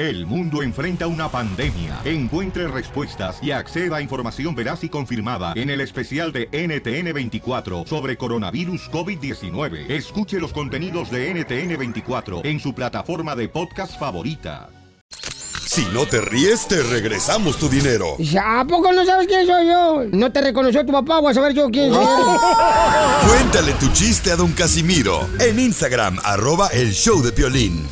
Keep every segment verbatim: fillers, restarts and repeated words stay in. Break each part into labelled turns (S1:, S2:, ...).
S1: El mundo enfrenta una pandemia. Encuentre respuestas y acceda a información veraz y confirmada en el especial de N T N veinticuatro sobre coronavirus COVID diecinueve. Escuche los contenidos de N T N veinticuatro en su plataforma de podcast favorita.
S2: Si no te ríes, te regresamos tu dinero.
S3: ¿A poco no sabes quién soy yo? No te reconoció tu papá, voy a saber yo quién soy.
S2: Cuéntale tu chiste a don Casimiro en Instagram, arroba el show de Piolín.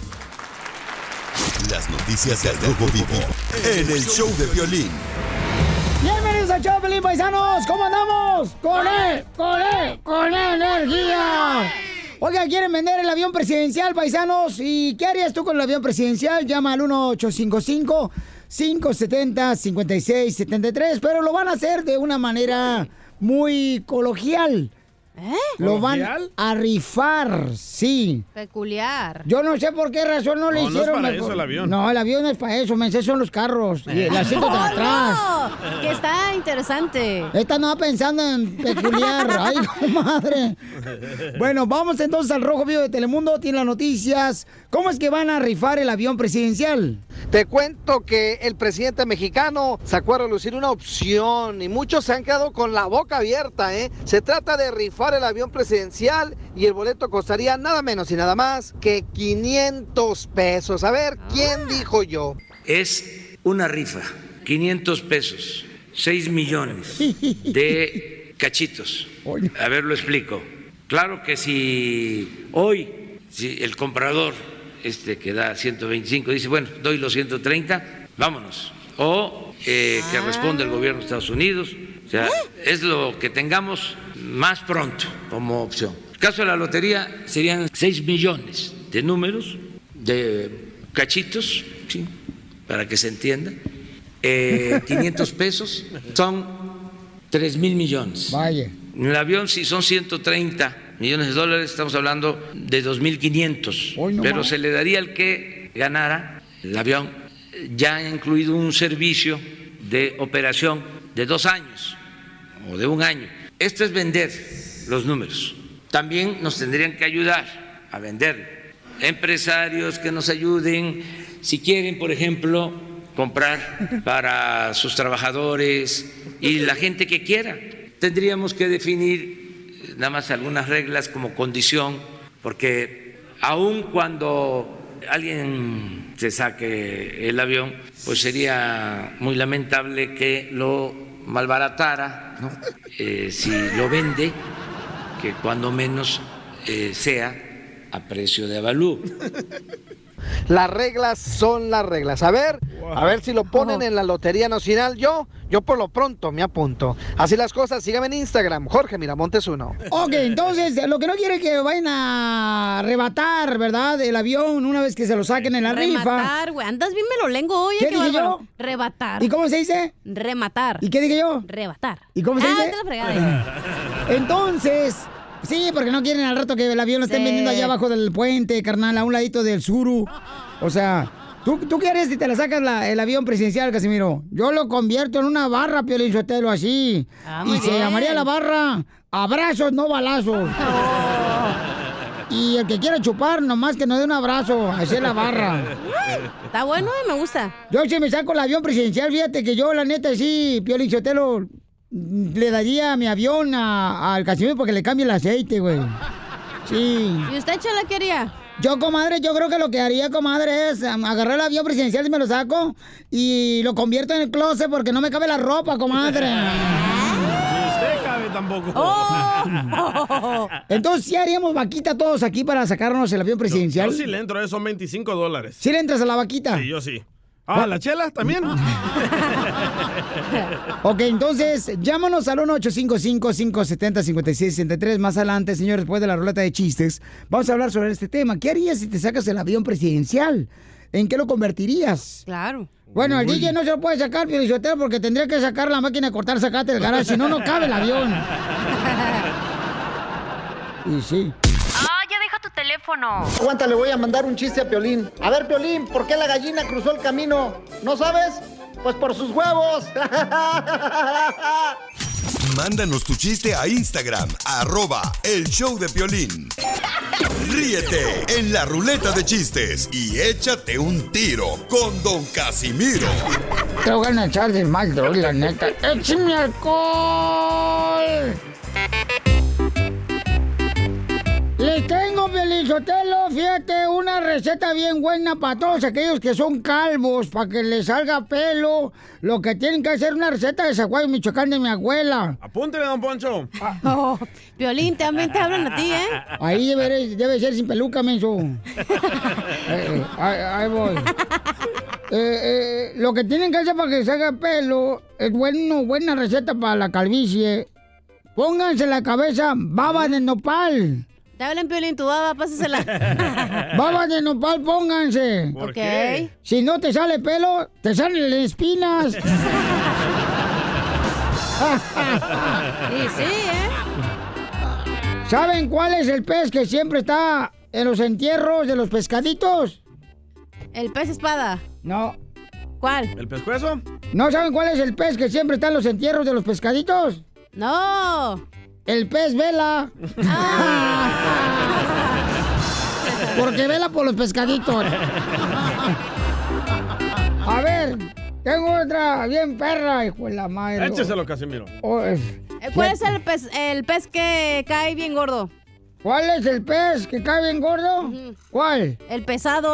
S2: Las noticias del Rojo Vivo en el show de Piolín.
S3: Bienvenidos al show de Piolín, paisanos. ¿Cómo andamos? ¡Con él! ¡Con él! ¡Con energía! Oiga, ¿quieren vender el avión presidencial, paisanos? ¿Y qué harías tú con el avión presidencial? Llama al uno ocho cinco cinco, cinco siete cero, cinco seis siete tres, pero lo van a hacer de una manera muy coloquial.
S4: ¿Eh?
S3: Lo van a rifar, sí.
S4: Peculiar.
S3: Yo no sé por qué razón no, no le hicieron.
S5: No es para
S3: mejor.
S5: eso el avión.
S3: No, el avión no es para eso, mensajes son los carros y el asiento de atrás.
S4: No, que está interesante.
S3: Esta no va pensando en peculiar. Ay, comadre. Bueno, vamos entonces al Rojo Vivo de Telemundo. Tiene las noticias. ¿Cómo es que van a rifar el avión presidencial?
S6: Te cuento que el presidente mexicano sacó a relucir una opción y muchos se han quedado con la boca abierta, ¿eh? Se trata de rifar el avión presidencial y el boleto costaría nada menos y nada más que quinientos pesos. A ver, ¿quién dijo yo?
S7: Es una rifa, quinientos pesos, seis millones de cachitos. A ver, lo explico. Claro que si hoy, si el comprador este que da ciento veinticinco dice, bueno, doy los ciento treinta, vámonos. O eh, que responda el gobierno de Estados Unidos. O sea, es lo que tengamos más pronto como opción. El caso de la lotería serían seis millones de números, de cachitos, ¿sí? Para que se entienda. Eh, quinientos pesos son tres mil millones.
S3: Vaya.
S7: En el avión, si son ciento treinta millones de dólares, estamos hablando de dos mil quinientos. No, pero más. Se le daría al que ganara el avión, ya ha incluido un servicio de operación de dos años o de un año. Esto es vender los números. También nos tendrían que ayudar a vender. Empresarios que nos ayuden, si quieren, por ejemplo, comprar para sus trabajadores y la gente que quiera. Tendríamos que definir nada más algunas reglas como condición, porque aun cuando alguien se saque el avión, pues sería muy lamentable que lo malbaratara, ¿no? Eh, si lo vende, que cuando menos eh, sea a precio de avalúo.
S6: Las reglas son las reglas. A ver, wow. a ver si lo ponen en la Lotería Nacional. Yo, yo por lo pronto me apunto. Así las cosas, síganme en Instagram, Jorge Miramontes uno.
S3: Ok, entonces, lo que no quiere es que vayan a arrebatar, ¿verdad? El avión una vez que se lo saquen en la
S4: Rematar,
S3: rifa.
S4: Rematar, güey. Andas bien melolengo hoy.
S3: ¿Qué dije yo?
S4: Rebatar.
S3: ¿Y cómo se dice?
S4: Rematar.
S3: ¿Y qué dije yo?
S4: Rebatar.
S3: ¿Y cómo se
S4: ah,
S3: dice?
S4: Te la fregada.
S3: Entonces... Sí, porque no quieren al rato que el avión lo estén sí. vendiendo allá abajo del puente, carnal, a un ladito del suru. O sea, ¿tú, tú qué harías si te la sacas la, el avión presidencial, Casimiro? Yo lo convierto en una barra, Piolín Sotelo, así. Ah, y bien. Se llamaría la barra Abrazos, no balazos. Oh. Y el que quiera chupar, nomás que nos dé un abrazo, así es la barra.
S4: Está bueno, me gusta.
S3: Yo si me saco el avión presidencial, fíjate que yo, la neta, sí, Piolín Sotelo... Le daría mi avión a, al Casimiro porque le cambie el aceite, güey. Sí.
S4: ¿Y usted, Chela, qué haría?
S3: Yo, comadre, yo creo que lo que haría, comadre, es agarrar el avión presidencial y me lo saco y lo convierto en el closet porque no me cabe la ropa, comadre.
S5: Ni usted cabe tampoco.
S3: Oh. Entonces, ¿sí haríamos vaquita todos aquí para sacarnos el avión presidencial?
S5: Yo, yo sí le entro, a son veinticinco dólares.
S3: ¿Sí le entras a la vaquita?
S5: Sí, yo sí. Ah, ¿la Chela también?
S3: Ok, entonces, llámanos al uno ocho cinco cinco, cinco siete cero, cinco seis siete tres. Más adelante, señores, después de la ruleta de chistes, vamos a hablar sobre este tema. ¿Qué harías si te sacas el avión presidencial? ¿En qué lo convertirías?
S4: Claro.
S3: Bueno, el
S4: Uy.
S3: D J no se lo puede sacar, Piolín, porque tendría que sacar la máquina de cortar zacate del garaje, si no, no cabe el avión. Y sí.
S8: Tu teléfono.
S6: Aguanta, le voy a mandar un chiste a Piolín. A ver, Piolín, ¿por qué la gallina cruzó el camino? ¿No sabes? Pues por sus huevos.
S2: Mándanos tu chiste a Instagram, arroba el show de Piolín. Ríete en la ruleta de chistes y échate un tiro con Don Casimiro.
S3: Te voy a echar de mal, droga, la neta. ¡Échame alcohol! Les tengo, Pelizotelo, fíjate, una receta bien buena para todos aquellos que son calvos, para que les salga pelo. Lo que tienen que hacer es una receta de Zaguayo, Michoacán, de mi abuela.
S5: Apúntele, don Poncho.
S4: Oh, Piolín, también te hablan a ti, ¿eh?
S3: Ahí debe, debe ser sin peluca, menso. eh, eh, ahí, ahí voy. Eh, eh, lo que tienen que hacer para que les salga pelo es bueno, buena receta para la calvicie. Pónganse en la cabeza baba de nopal.
S4: Te hablan, Piolín, tu baba, pásasela.
S3: Baba de nopal, pónganse.
S5: ¿Por
S4: Ok.
S5: qué?
S3: Si no te sale pelo, te salen espinas.
S4: Sí, sí, ¿eh?
S3: ¿Saben cuál es el pez que siempre está en los entierros de los pescaditos?
S4: El pez espada.
S3: No.
S4: ¿Cuál?
S5: ¿El pescuezo?
S3: ¿No saben cuál es el pez que siempre está en los entierros de los pescaditos?
S4: No.
S3: El pez vela. Porque vela por los pescaditos. A ver, tengo otra bien perra, hijo de la madre.
S5: Écheselo, Casimiro.
S3: Oh, es-
S4: ¿Cuál es el pez, el pez que cae bien gordo?
S3: ¿Cuál es el pez que cae bien gordo?
S4: Ujú.
S3: ¿Cuál?
S4: El pesado.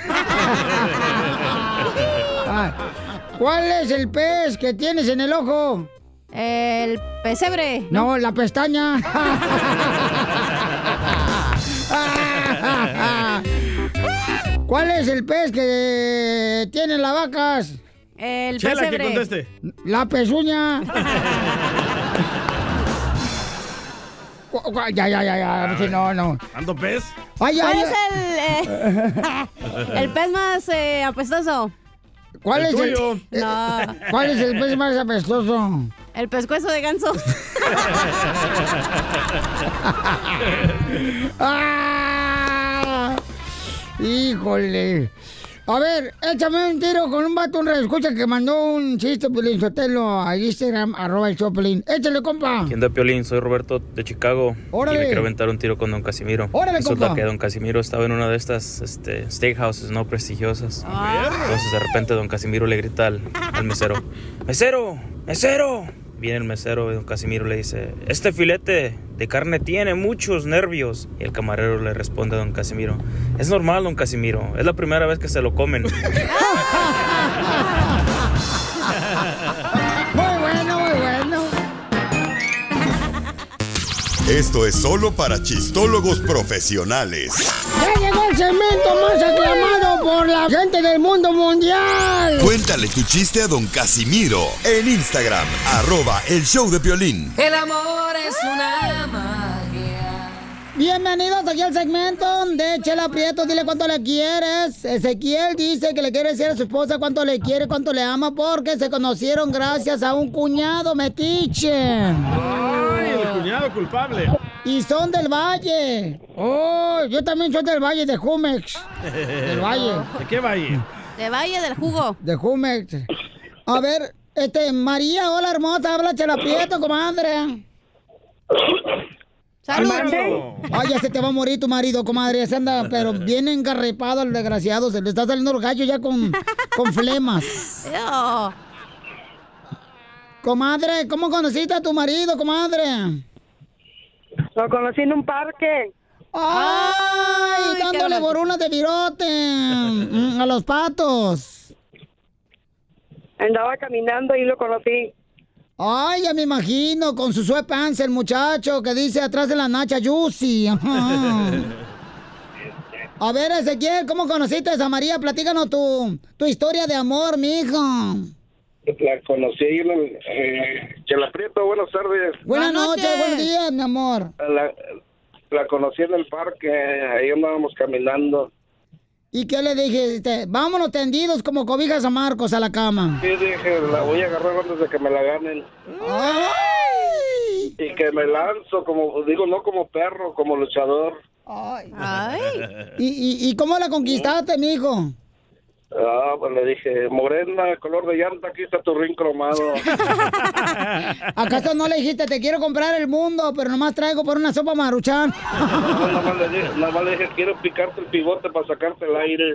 S3: Ah, ¿cuál es el pez que tienes en el ojo?
S4: El pesebre.
S3: No, la pestaña. ¿Cuál es el pez que tienen las vacas?
S4: El
S5: Chela, que
S4: pesebre.
S5: conteste.
S3: La pezuña. Cu- cu- ya, ya, ya, ya. Sí, no, no.
S5: ¿Ando pez?
S3: Ay,
S4: ¿Cuál
S3: ay,
S4: es el, eh, el pez más eh, apestoso?
S3: ¿Cuál
S5: El
S3: es el,
S5: tuyo.
S3: eh,
S4: No.
S3: ¿Cuál es el pez más apestoso?
S4: El pescuezo de ganso.
S3: ¡Ah! ¡Híjole! A ver, échame un tiro con un vato, un escucha que mandó un chiste, Piolín Sotelo, a Instagram, arroba el Choplin. ¡Échale, compa!
S9: ¿Quién da, Piolín? Soy Roberto de Chicago.
S3: Órale.
S9: Y me quiero aventar un tiro con don Casimiro.
S3: Órale,
S9: Resulta
S3: compa.
S9: que don Casimiro estaba en una de estas este, steakhouses no prestigiosas. Entonces de repente don Casimiro le grita al, al mesero: ¡Mesero! ¡Mesero! Viene el mesero y don Casimiro le dice: este filete de carne tiene muchos nervios. Y el camarero le responde a don Casimiro: es normal, don Casimiro, es la primera vez que se lo comen.
S3: Muy bueno, muy bueno.
S2: Esto es solo para chistólogos profesionales.
S3: ¡Ya llegó el segmento más aclamado por la gente del mundo mundial!
S2: Cuéntale tu chiste a don Casimiro en Instagram, arroba el show de Piolín.
S10: El amor es una magia.
S3: Bienvenidos aquí al segmento de Chela Prieto. Dile cuánto le quieres. Ezequiel dice que le quiere decir a su esposa cuánto le quiere, cuánto le ama, porque se conocieron gracias a un cuñado metiche.
S5: ¡Ay, el cuñado culpable!
S3: Y son del Valle. Oh, yo también soy del Valle, de Jumex. Del Valle.
S5: ¿De qué valle?
S4: De Valle del Jugo.
S3: De Jumex. A ver, este, María, hola hermosa, habla Chela Prieto, comadre.
S4: ¡Salud!
S3: Ay, ya se te va a morir tu marido, comadre. Se anda, pero bien engarrepado el desgraciado. Se le está saliendo el gallo ya con, con flemas.
S4: Ew.
S3: Comadre, ¿cómo conociste a tu marido, comadre?
S11: Lo conocí en un parque.
S3: ¡Ay!
S4: Ay,
S3: dándole
S4: qué
S3: borunas de virote mm, a los patos.
S11: Andaba caminando y lo conocí.
S3: Ay, ya me imagino, con su sweatpants, el muchacho que dice atrás de la nacha Juicy. Ajá. A ver, Ezequiel, ¿cómo conociste a María? Platícanos tu, tu historia de amor, mijo.
S12: La conocí ahí en el... Eh, Chela Prieto, buenas tardes.
S3: Buenas
S4: Buenas
S3: noches,
S4: noches.
S3: buenos días, mi amor.
S12: La, la conocí en el parque, ahí andábamos caminando.
S3: ¿Y qué le dijiste? Vámonos tendidos como cobijas a Marcos a la cama.
S12: Y dije, la voy a agarrar antes de que me la ganen.
S3: ¡Ay!
S12: Y que me lanzo, como digo, no como perro, como luchador.
S3: Ay.
S4: Ay.
S3: ¿Y, y, y cómo la conquistaste, mijo?
S12: Ah, pues le dije, morena, color de llanta, aquí está tu ring cromado.
S3: ¿Acaso no le dijiste, te quiero comprar el mundo, pero nomás traigo por una sopa Maruchan?
S12: No, nada más le dije, nada más le dije, quiero picarte el pivote para sacarte el aire.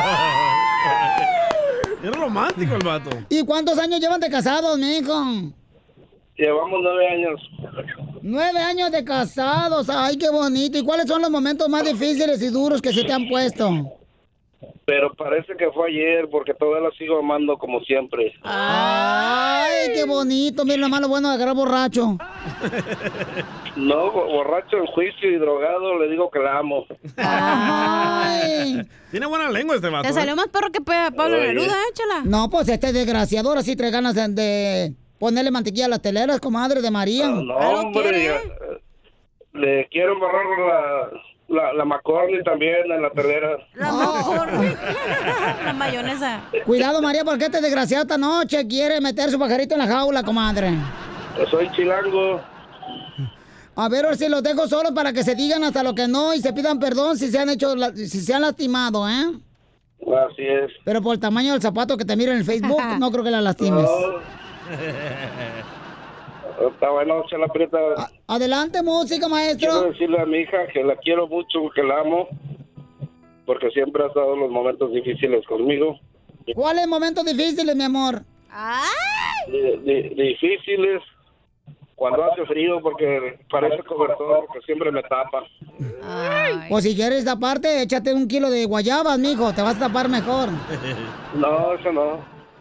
S5: Es romántico el vato.
S3: ¿Y cuántos años llevan de casados, mijo?
S12: Llevamos nueve años.
S3: Nueve años de casados, ay, qué bonito. ¿Y cuáles son los momentos más difíciles y duros que se te han puesto?
S12: Pero parece que fue ayer, porque todavía la sigo amando como siempre.
S3: Ay, qué bonito. Mira, lo malo bueno de agarrar borracho.
S12: No, borracho en juicio y drogado, le digo que la amo.
S3: Ay.
S5: Tiene buena lengua este vato.
S4: Te salió más perro que pe- Pablo
S12: Oye.
S4: Neruda, échala.
S3: No, pues este desgraciador así trae ganas de, de ponerle mantequilla a las teleras, comadre de María.
S12: No, no, hombre, ya, le quiero embarrar la, la, la McCormick también en la telera.
S4: La McCormick. La mayonesa.
S3: Cuidado, María, porque este desgraciado esta noche quiere meter su pajarito en la jaula, comadre.
S12: Yo soy chilango.
S3: A ver, ahora si los dejo solos para que se digan hasta lo que no y se pidan perdón si se han hecho, la- si se han lastimado, ¿eh?
S12: Así es.
S3: Pero por el tamaño del zapato que te miro en el Facebook, no creo que la lastimes.
S12: No. Está bueno, se la aprieta.
S3: Adelante, música,
S12: Quiero
S3: maestro.
S12: decirle a mi hija que la quiero mucho, que la amo, porque siempre ha estado en los momentos difíciles conmigo.
S3: ¿Cuáles momentos difíciles, mi amor?
S12: Di- di- difíciles cuando hace frío, porque parece cobertor, porque siempre me tapa.
S3: Pues si quieres taparte, échate un kilo de guayabas, mijo, te vas a tapar mejor.
S12: No, eso no.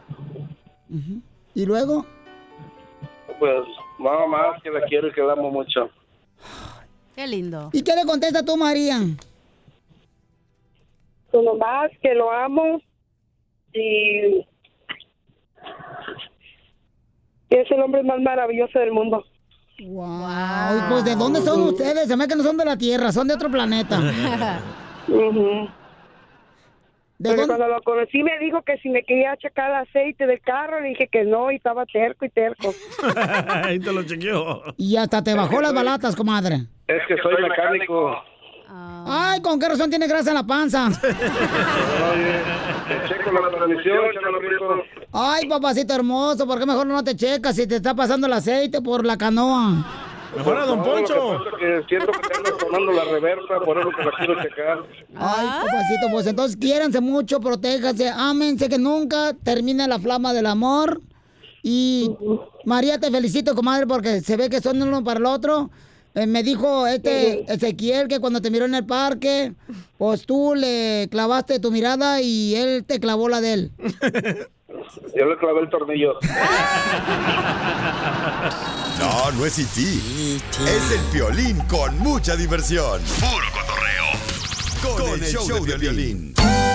S3: ¿Y luego?
S12: Pues nada más que la quiero y que la amo mucho.
S4: Qué lindo.
S3: ¿Y qué le contesta tú, María?
S11: Pues nomás que lo amo y que es el hombre más maravilloso del mundo.
S3: Wow. Ay, pues ¿de dónde son ustedes? Se me que no son de la Tierra, son de otro planeta.
S11: Ujú.
S3: ¿De
S11: Porque
S3: dónde?
S11: cuando lo conocí me dijo que si me quería checar el aceite del carro, le dije que no y estaba terco y terco.
S5: Ahí te lo chequeó.
S3: Y hasta te bajó las balatas, comadre.
S12: Es que soy mecánico.
S3: Ay, ¿con qué razón tiene grasa en la panza?
S12: Oye, te checo la transmisión, échale aprieto.
S3: Ay, papacito hermoso, ¿por qué mejor no te checas si te está pasando el aceite por la canoa?
S5: Mejor a Don
S12: No,
S5: Poncho.
S12: Lo que pasa es que siento que te andas sonando la reversa, por eso que la quiero checar.
S3: Ay, papacito, pues entonces quiéranse mucho, protéjanse, ámense, que nunca termine la flama del amor. Y María, te felicito, comadre, porque se ve que son uno para el otro. Eh, me dijo este Ezequiel que cuando te miró en el parque, pues tú le clavaste tu mirada y él te clavó la de él.
S12: Yo le clavé el tornillo.
S2: No, no es E T. Es el Piolín con mucha diversión. Puro cotorreo. Con, el, show, de Piolín.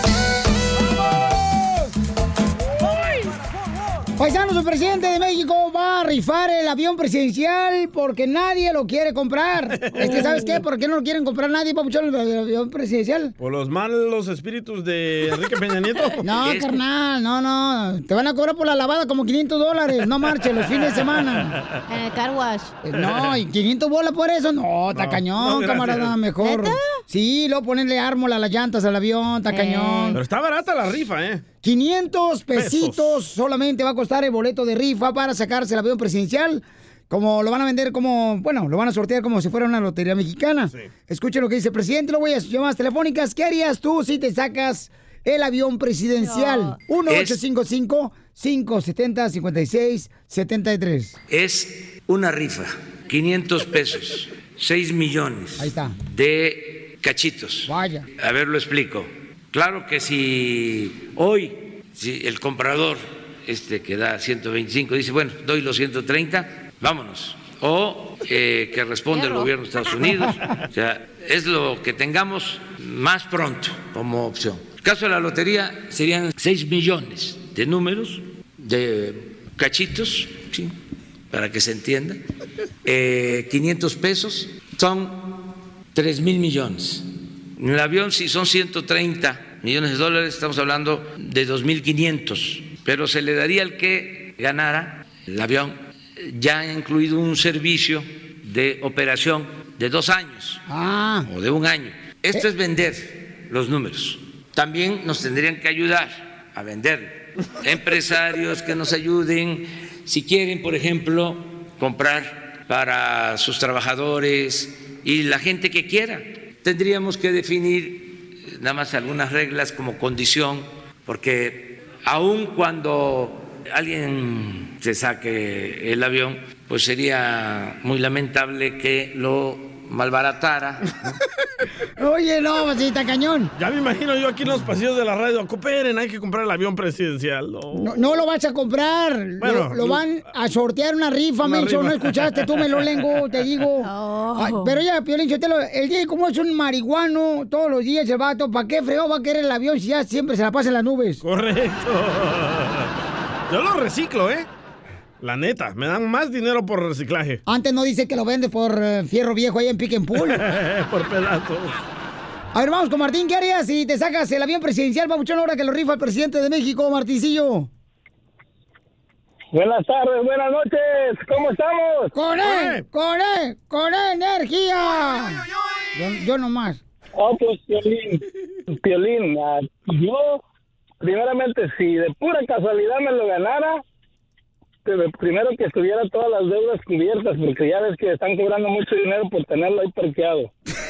S3: Paisanos, el presidente de México va a rifar el avión presidencial porque nadie lo quiere comprar. Es que, ¿sabes qué? ¿Por qué no lo quieren comprar nadie, papuchón, el avión presidencial?
S5: ¿Por los malos espíritus de Enrique Peña Nieto?
S3: No, carnal, no, no. Te van a cobrar por la lavada como quinientos dólares. No marches los fines de semana.
S4: En el car wash.
S3: No, ¿y quinientos bolas por eso? No, está
S5: No,
S3: cañón,
S5: no, gracias.
S3: camarada, mejor.
S4: ¿Neta?
S3: Sí, luego ponerle ármola a las llantas al avión, está
S4: Eh.
S3: cañón.
S5: Pero está barata la rifa, ¿eh?
S3: quinientos pesitos
S5: Pesos.
S3: solamente va a costar el boleto de rifa para sacarse el avión presidencial. Como lo van a vender como, bueno, lo van a sortear como si fuera una lotería mexicana.
S5: Sí.
S3: Escuchen lo que dice el presidente, lo voy a llamadas telefónicas. ¿Qué harías tú si te sacas el avión presidencial?
S4: No.
S3: uno ocho cinco cinco, cinco siete cero, cinco seis siete tres.
S7: Es una rifa, quinientos pesos, seis millones
S3: Ahí está.
S7: de cachitos.
S3: Vaya.
S7: A ver, lo explico. Claro que si hoy, si el comprador este que da ciento veinticinco dice, bueno, doy los ciento treinta, vámonos. O eh, que responde el
S4: Fierro.
S7: gobierno de Estados Unidos. O sea, es lo que tengamos más pronto como opción. El caso de la lotería serían seis millones de números, de cachitos, ¿sí? Para que se entienda. Eh, quinientos pesos son tres mil millones. En el avión, si son ciento treinta millones de dólares, estamos hablando de dos mil quinientos, pero se le daría al que ganara el avión, ya ha incluido un servicio de operación de dos años
S3: Ah,
S7: o de un año. Esto es vender los números. También nos tendrían que ayudar a vender. Empresarios que nos ayuden, si quieren, por ejemplo, comprar para sus trabajadores y la gente que quiera. Tendríamos que definir nada más algunas reglas como condición, porque aun cuando alguien se saque el avión, pues sería muy lamentable que lo malbaratara, ¿no?
S3: Oye, no, pues sí, está cañón.
S5: Ya me imagino yo aquí en los pasillos de la radio. Cooperen, hay que comprar el avión presidencial. No,
S3: no, no lo vas a comprar. Bueno, lo, lo van a sortear una rifa, una Mencho. Rifa. No escuchaste, tú me lo lengo, te digo. Oh. Ay, pero ya, Piolín, yo te lo, el día como es un marihuano, todos los días el vato, ¿para qué fregado va a querer el avión si ya siempre se la pasa en las nubes?
S5: Correcto. Yo lo reciclo, ¿eh? La neta, me dan más dinero por reciclaje.
S3: Antes no dice que lo vende por uh, fierro viejo ahí en Pick and Pull.
S5: Por pedazos.
S3: A ver, vamos con Martín. ¿Qué harías si te sacas el avión presidencial, papuchón, ahora que lo rifa el presidente de México, Martincillo?
S13: Buenas tardes, buenas noches. ¿Cómo estamos?
S3: ¡Con él! ¡Con él! ¡Con energía! Yo, yo nomás.
S13: Oh, pues, Piolín. Piolín, uh, yo, primeramente, si de pura casualidad me lo ganara, primero que estuviera todas las deudas cubiertas, porque ya ves que están cobrando mucho dinero por tenerlo ahí parqueado.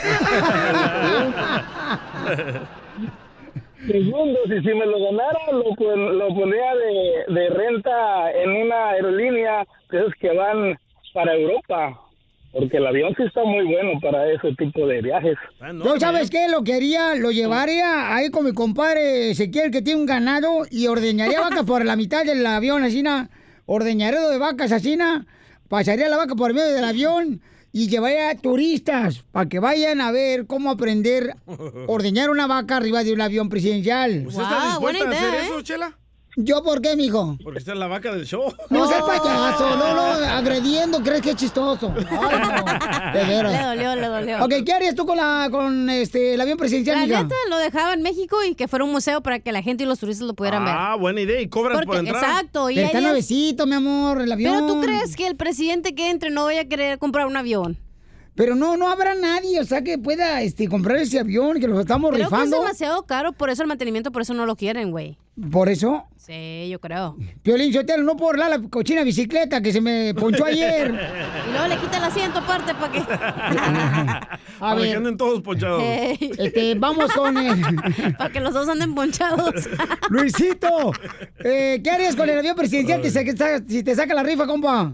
S13: Segundo, si, si me lo ganara, lo, lo pondría de, de renta en una aerolínea de esos que van para Europa, porque el avión sí está muy bueno para ese tipo de viajes.
S3: ¿Tú sabes qué? Lo quería, lo llevaría ahí con mi compadre Ezequiel, que tiene un ganado, y ordeñaría vacas por la mitad del avión, así, na, ordeñaré de vacas, así, na, pasaría la vaca por medio del avión y llevaría a turistas para que vayan a ver cómo aprender a ordeñar una vaca arriba de un avión presidencial.
S5: ¿Usted wow, está dispuesta a hacer eso, Chela?
S3: ¿Yo por qué, mijo?
S5: Porque usted es la vaca del show.
S3: No seas payaso, no, no, agrediendo, ¿crees que es chistoso? Ay, no, de veras.
S4: Le dolió, le dolió.
S3: Ok, ¿qué harías tú con la con este el avión presidencial,
S4: La
S3: mija?
S4: neta, lo dejaba en México y que fuera un museo para que la gente y los turistas lo pudieran
S5: ah,
S4: ver.
S5: Ah, buena idea, y cobras
S4: Porque,
S5: por entrar.
S4: Exacto. Y
S3: Pero está
S4: días...
S3: nuevecito, mi amor, el avión.
S4: Pero ¿tú crees que el presidente que entre no vaya a querer comprar un avión?
S3: Pero no, no habrá nadie, o sea, que pueda este, comprar ese avión, que lo estamos
S4: creo
S3: rifando.
S4: Creo que es demasiado caro, por eso el mantenimiento, por eso no lo quieren, güey.
S3: ¿Por eso?
S4: Sí, yo creo.
S3: Piolín Sotelo, no puedo arreglar la cochina bicicleta que se me ponchó ayer.
S4: Y luego le quita el asiento aparte para que...
S3: A
S5: para
S3: ver.
S5: que anden todos ponchados.
S3: Hey. Este, vamos con el...
S4: para que los dos anden ponchados.
S3: Luisito, eh, ¿qué harías con el avión presidencial si te, si te saca la rifa, compa?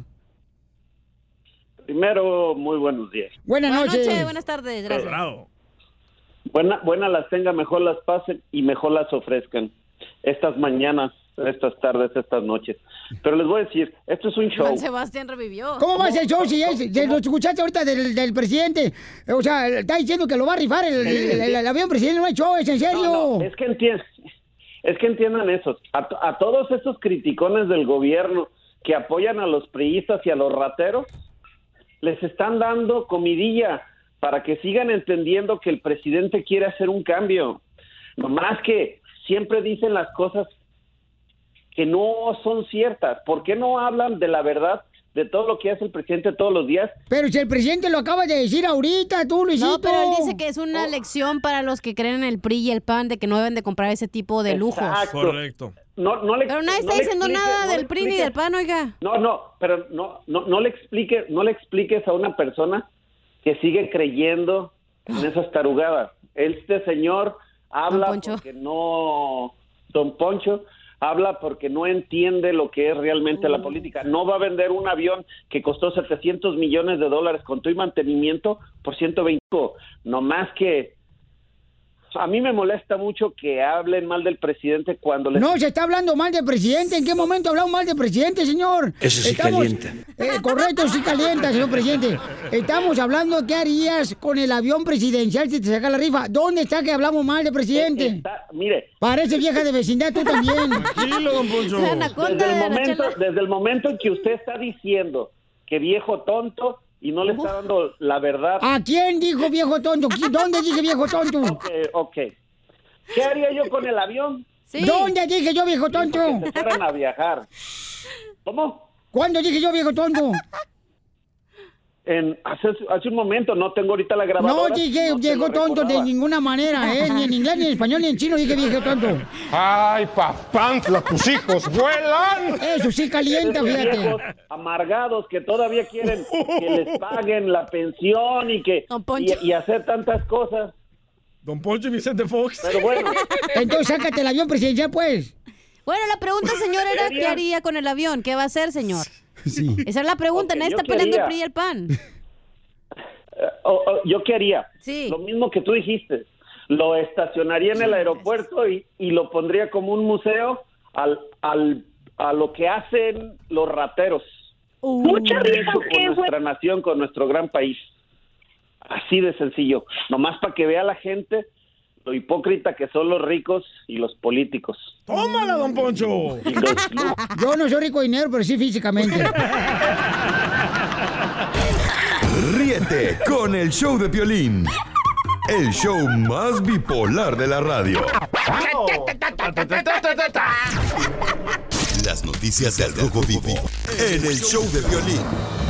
S14: Primero, muy buenos días.
S3: Buenas,
S4: buenas
S3: noches.
S4: noches. Buenas tardes, gracias.
S5: Bravo.
S14: Buena, buena las tenga, mejor las pasen y mejor las ofrezcan. Estas mañanas, estas tardes, estas noches. Pero les voy a decir, esto es un show.
S4: Juan Sebastián revivió.
S3: ¿Cómo va a ser show si, es, si lo escuchaste ahorita del, del presidente? O sea, está diciendo que lo va a rifar el, el, el, el avión presidencial, no hay show, es en serio.
S14: No, no, es que entiendan, es que entiendan eso. A, a todos esos criticones del gobierno que apoyan a los priistas y a los rateros, les están dando comidilla para que sigan entendiendo que el presidente quiere hacer un cambio. Nomás que siempre dicen las cosas que no son ciertas. ¿Por qué no hablan de la verdad de todo lo que hace el presidente todos los días?
S3: Pero si el presidente lo acaba de decir ahorita, tú, Luisito.
S4: No, pero él dice que es una oh. lección para los que creen en el P R I y el P A N de que no deben de comprar ese tipo de lujos.
S14: Exacto.
S5: Correcto.
S14: No, no le,
S4: pero nadie
S14: no
S4: está diciendo
S14: explique,
S4: nada
S14: no
S4: del P R I ni del P A N, oiga.
S14: No, no, pero no, no, no le explique, no le expliques a una persona que sigue creyendo en esas tarugadas. Este señor habla porque no, Don Poncho, habla porque no entiende lo que es realmente uh. la política. No va a vender un avión que costó setecientos millones de dólares con todo y mantenimiento por ciento veinte. No más que a mí me molesta mucho que hablen mal del presidente cuando les...
S3: No, se está hablando mal del presidente. ¿En qué momento hablamos mal del presidente, señor?
S7: Eso sí Estamos... calienta.
S3: Eh, correcto, sí calienta, señor presidente. Estamos hablando qué harías con el avión presidencial si te saca la rifa. ¿Dónde está que hablamos mal del presidente?
S14: Está, mire...
S3: Parece vieja de vecindad, tú también.
S5: Tranquilo, don Poncho.
S14: Desde el, momento, desde el momento en que usted está diciendo que viejo tonto... y no le está dando la verdad.
S3: ¿A quién dijo viejo tonto? ¿Dónde dije viejo tonto?
S14: Ok, ok. ¿Qué haría yo con el avión?
S3: Sí. ¿Dónde dije yo viejo tonto?
S14: Que se fueran a viajar. ¿Cómo?
S3: ¿Cuándo dije yo viejo tonto?
S14: en hace, hace un momento, no tengo ahorita la grabadora.
S3: No, dije
S14: no
S3: viejo tonto de ninguna manera, ¿eh? Ni en inglés, ni en español, ni en chino dije viejo tonto.
S15: ¡Ay, papantla, tus hijos vuelan!
S3: Eso sí calienta, fíjate.
S14: Viejos amargados que todavía quieren que les paguen la pensión y que y, y hacer tantas cosas.
S5: Don Poncho y Vicente Fox.
S14: Pero bueno.
S3: Entonces sácate el avión presidencial, pues.
S4: Bueno, la pregunta, señor, era ¿qué haría con el avión? ¿Qué va a hacer, señor?
S3: Sí.
S4: Esa es la pregunta,
S14: Okay,
S4: nadie está
S14: yo
S4: peleando el
S14: quería-
S4: P R I y el P A N.
S14: Uh, oh, oh, yo qué haría.
S4: Sí.
S14: Lo mismo que tú dijiste. Lo estacionaría en el aeropuerto y, y lo pondría como un museo al, al, a lo que hacen los rateros.
S4: Uh.
S11: Mucha
S14: Han
S11: risa,
S14: hecho
S11: ¿qué,
S14: con
S11: güey?
S14: nuestra nación, con nuestro gran país. Así de sencillo. Nomás para que vea la gente lo hipócrita que son los ricos y los políticos.
S5: ¡Tómala, don Poncho!
S14: Y los-
S3: Yo no soy rico de dinero, pero sí físicamente.
S2: Ríete con el show de Piolín, el show más bipolar de la radio. Las noticias del Rojo Vivo en el show de Piolín.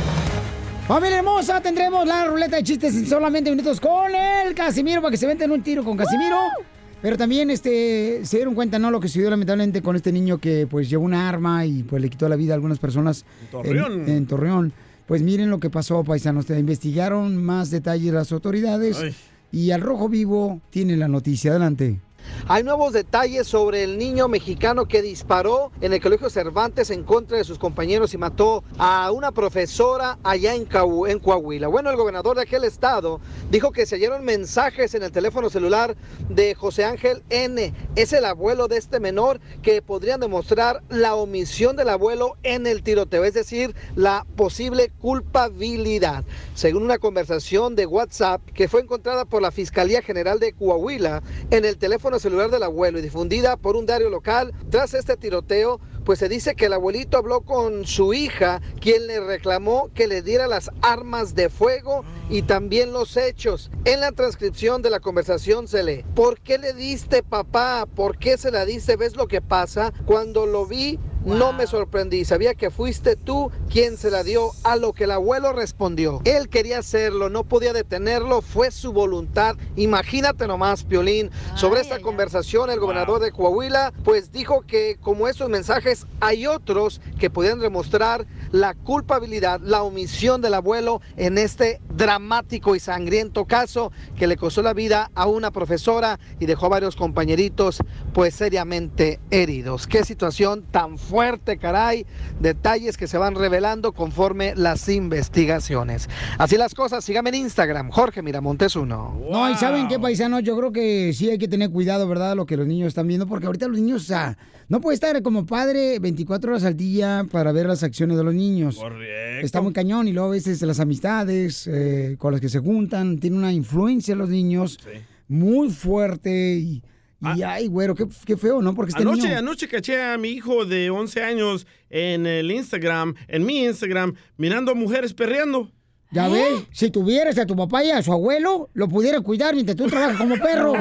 S3: Familia hermosa, tendremos la ruleta de chistes en solamente minutos con el Casimiro para que se venten un tiro con Casimiro. Pero también este se dieron cuenta, ¿no? Lo que sucedió lamentablemente con este niño que pues llevó una arma y pues le quitó la vida a algunas personas
S5: En Torreón.
S3: En, en Torreón. Pues miren lo que pasó, paisanos. Te investigaron más detalles las autoridades.
S5: Ay.
S3: Y al Rojo Vivo tiene la noticia. Adelante.
S6: Hay nuevos detalles sobre el niño mexicano que disparó en el Colegio Cervantes en contra de sus compañeros y mató a una profesora allá en, Cahu- en Coahuila. Bueno, el gobernador de aquel estado dijo que se hallaron mensajes en el teléfono celular de José Ángel N. Es el abuelo de este menor que podrían demostrar la omisión del abuelo en el tiroteo, es decir, la posible culpabilidad. Según una conversación de WhatsApp que fue encontrada por la Fiscalía General de Coahuila en el teléfono celular del abuelo y difundida por un diario local, tras este tiroteo, pues se dice que el abuelito habló con su hija, quien le reclamó que le diera las armas de fuego y también los hechos. En la transcripción de la conversación se lee: ¿por qué le diste, papá? ¿Por qué se la diste? ¿Ves lo que pasa? Cuando lo vi, no me sorprendí. Sabía que fuiste tú quien se la dio. A lo que el abuelo respondió: él quería hacerlo, no podía detenerlo, fue su voluntad. Imagínate nomás, Piolín. Sobre esta conversación, el gobernador de Coahuila, pues dijo que como esos mensajes hay otros que podían demostrar la culpabilidad, la omisión del abuelo en este dramático y sangriento caso que le costó la vida a una profesora y dejó a varios compañeritos pues seriamente heridos. Qué situación tan fuerte, caray. Detalles que se van revelando conforme las investigaciones. Así las cosas. Sígame en Instagram, Jorge Miramontes uno.
S3: No, y ¿saben qué, paisanos? Yo creo que sí hay que tener cuidado, ¿verdad? Lo que los niños están viendo, porque ahorita los niños, o sea, no puede estar como padre veinticuatro horas al día para ver las acciones de los niños.
S5: Correcto.
S3: Está muy cañón, y luego a veces las amistades eh, con las que se juntan, tiene una influencia en los niños muy fuerte y... Y ay, güero, qué, qué feo, ¿no? Porque este
S5: Anoche,
S3: niño...
S5: anoche caché a mi hijo de once años en el Instagram, en mi Instagram, mirando a mujeres perreando.
S3: Ya ves, si tuvieras a tu papá y a su abuelo, lo pudiera cuidar mientras tú trabajas como perro.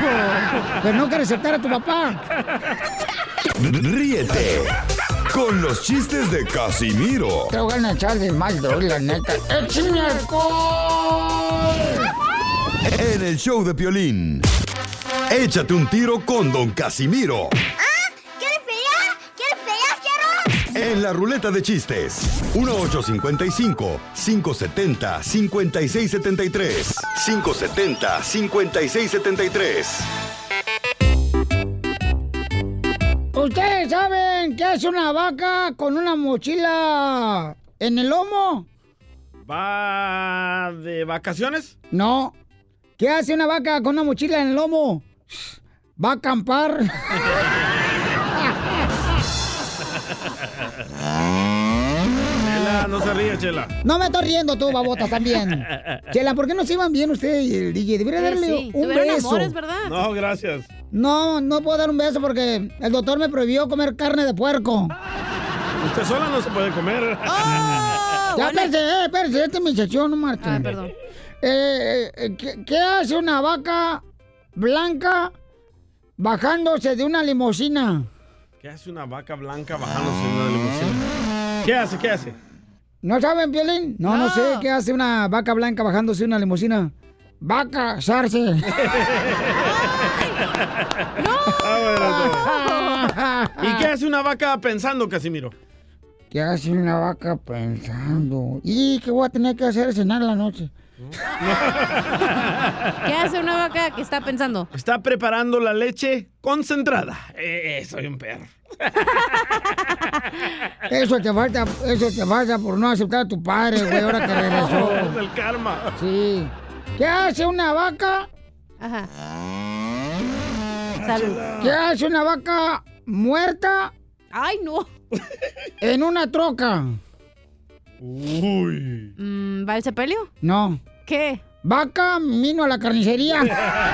S3: Pero no quieres aceptar a tu papá.
S2: Ríete con los chistes de Casimiro
S3: Te voy a echar de mal, doy, la neta. ¡Échame alcohol!
S2: en el show de Piolín. Échate un tiro con Don Casimiro
S16: ¿Quieres pelear? ¿Quieres pelear, fierro?
S2: en la ruleta de chistes. uno ocho cinco cinco, cinco siete cero, cinco seis siete tres. cinco siete cero, cinco seis siete tres.
S3: ¿Ustedes saben qué hace una vaca con una mochila en el lomo?
S5: ¿Va de vacaciones?
S3: No. ¿Qué hace una vaca con una mochila en el lomo? Va a acampar.
S5: Chela, no se ríe, Chela.
S3: No me estoy riendo tú, babota, también. Chela, ¿por qué no se iban bien usted y el D J? Debería
S4: Sí,
S3: darle
S4: sí.
S3: un
S4: Tuvieron
S3: beso.
S4: amores, ¿verdad?
S5: No, gracias.
S3: No, no puedo dar un beso porque el doctor me prohibió comer carne de puerco.
S5: Usted sola no se puede comer.
S3: Ya, espérese, eh, espérese, esta es mi sección, no marche.
S4: Ah, perdón.
S3: Eh, eh, ¿qué, qué hace una vaca blanca bajándose de una limusina?
S5: ¿Qué hace una vaca blanca bajándose en una limusina? ¿Qué hace? ¿Qué hace?
S3: ¿No saben, Piolín? No, no, no sé qué hace una vaca blanca bajándose una limusina. Va a casarse.
S5: ¿Y qué hace una vaca pensando, Casimiro?
S3: ¿Qué hace una vaca pensando? ¿Y qué voy a tener que hacer? Cenar en la noche.
S4: ¿Qué hace una vaca que está pensando?
S5: Está preparando la leche concentrada. Eh, soy un perro.
S3: Eso te falta, eso te falta por no aceptar a tu padre, güey, ahora que regresó.
S5: Es el karma.
S3: Sí. ¿Qué hace una vaca?
S4: Ajá. Salud.
S3: ¿Qué hace una vaca muerta?
S4: Ay, no.
S3: En una troca.
S5: Uy.
S4: Mm, ¿Va el sepelio?
S3: No.
S4: ¿Qué?
S3: Va camino a la carnicería.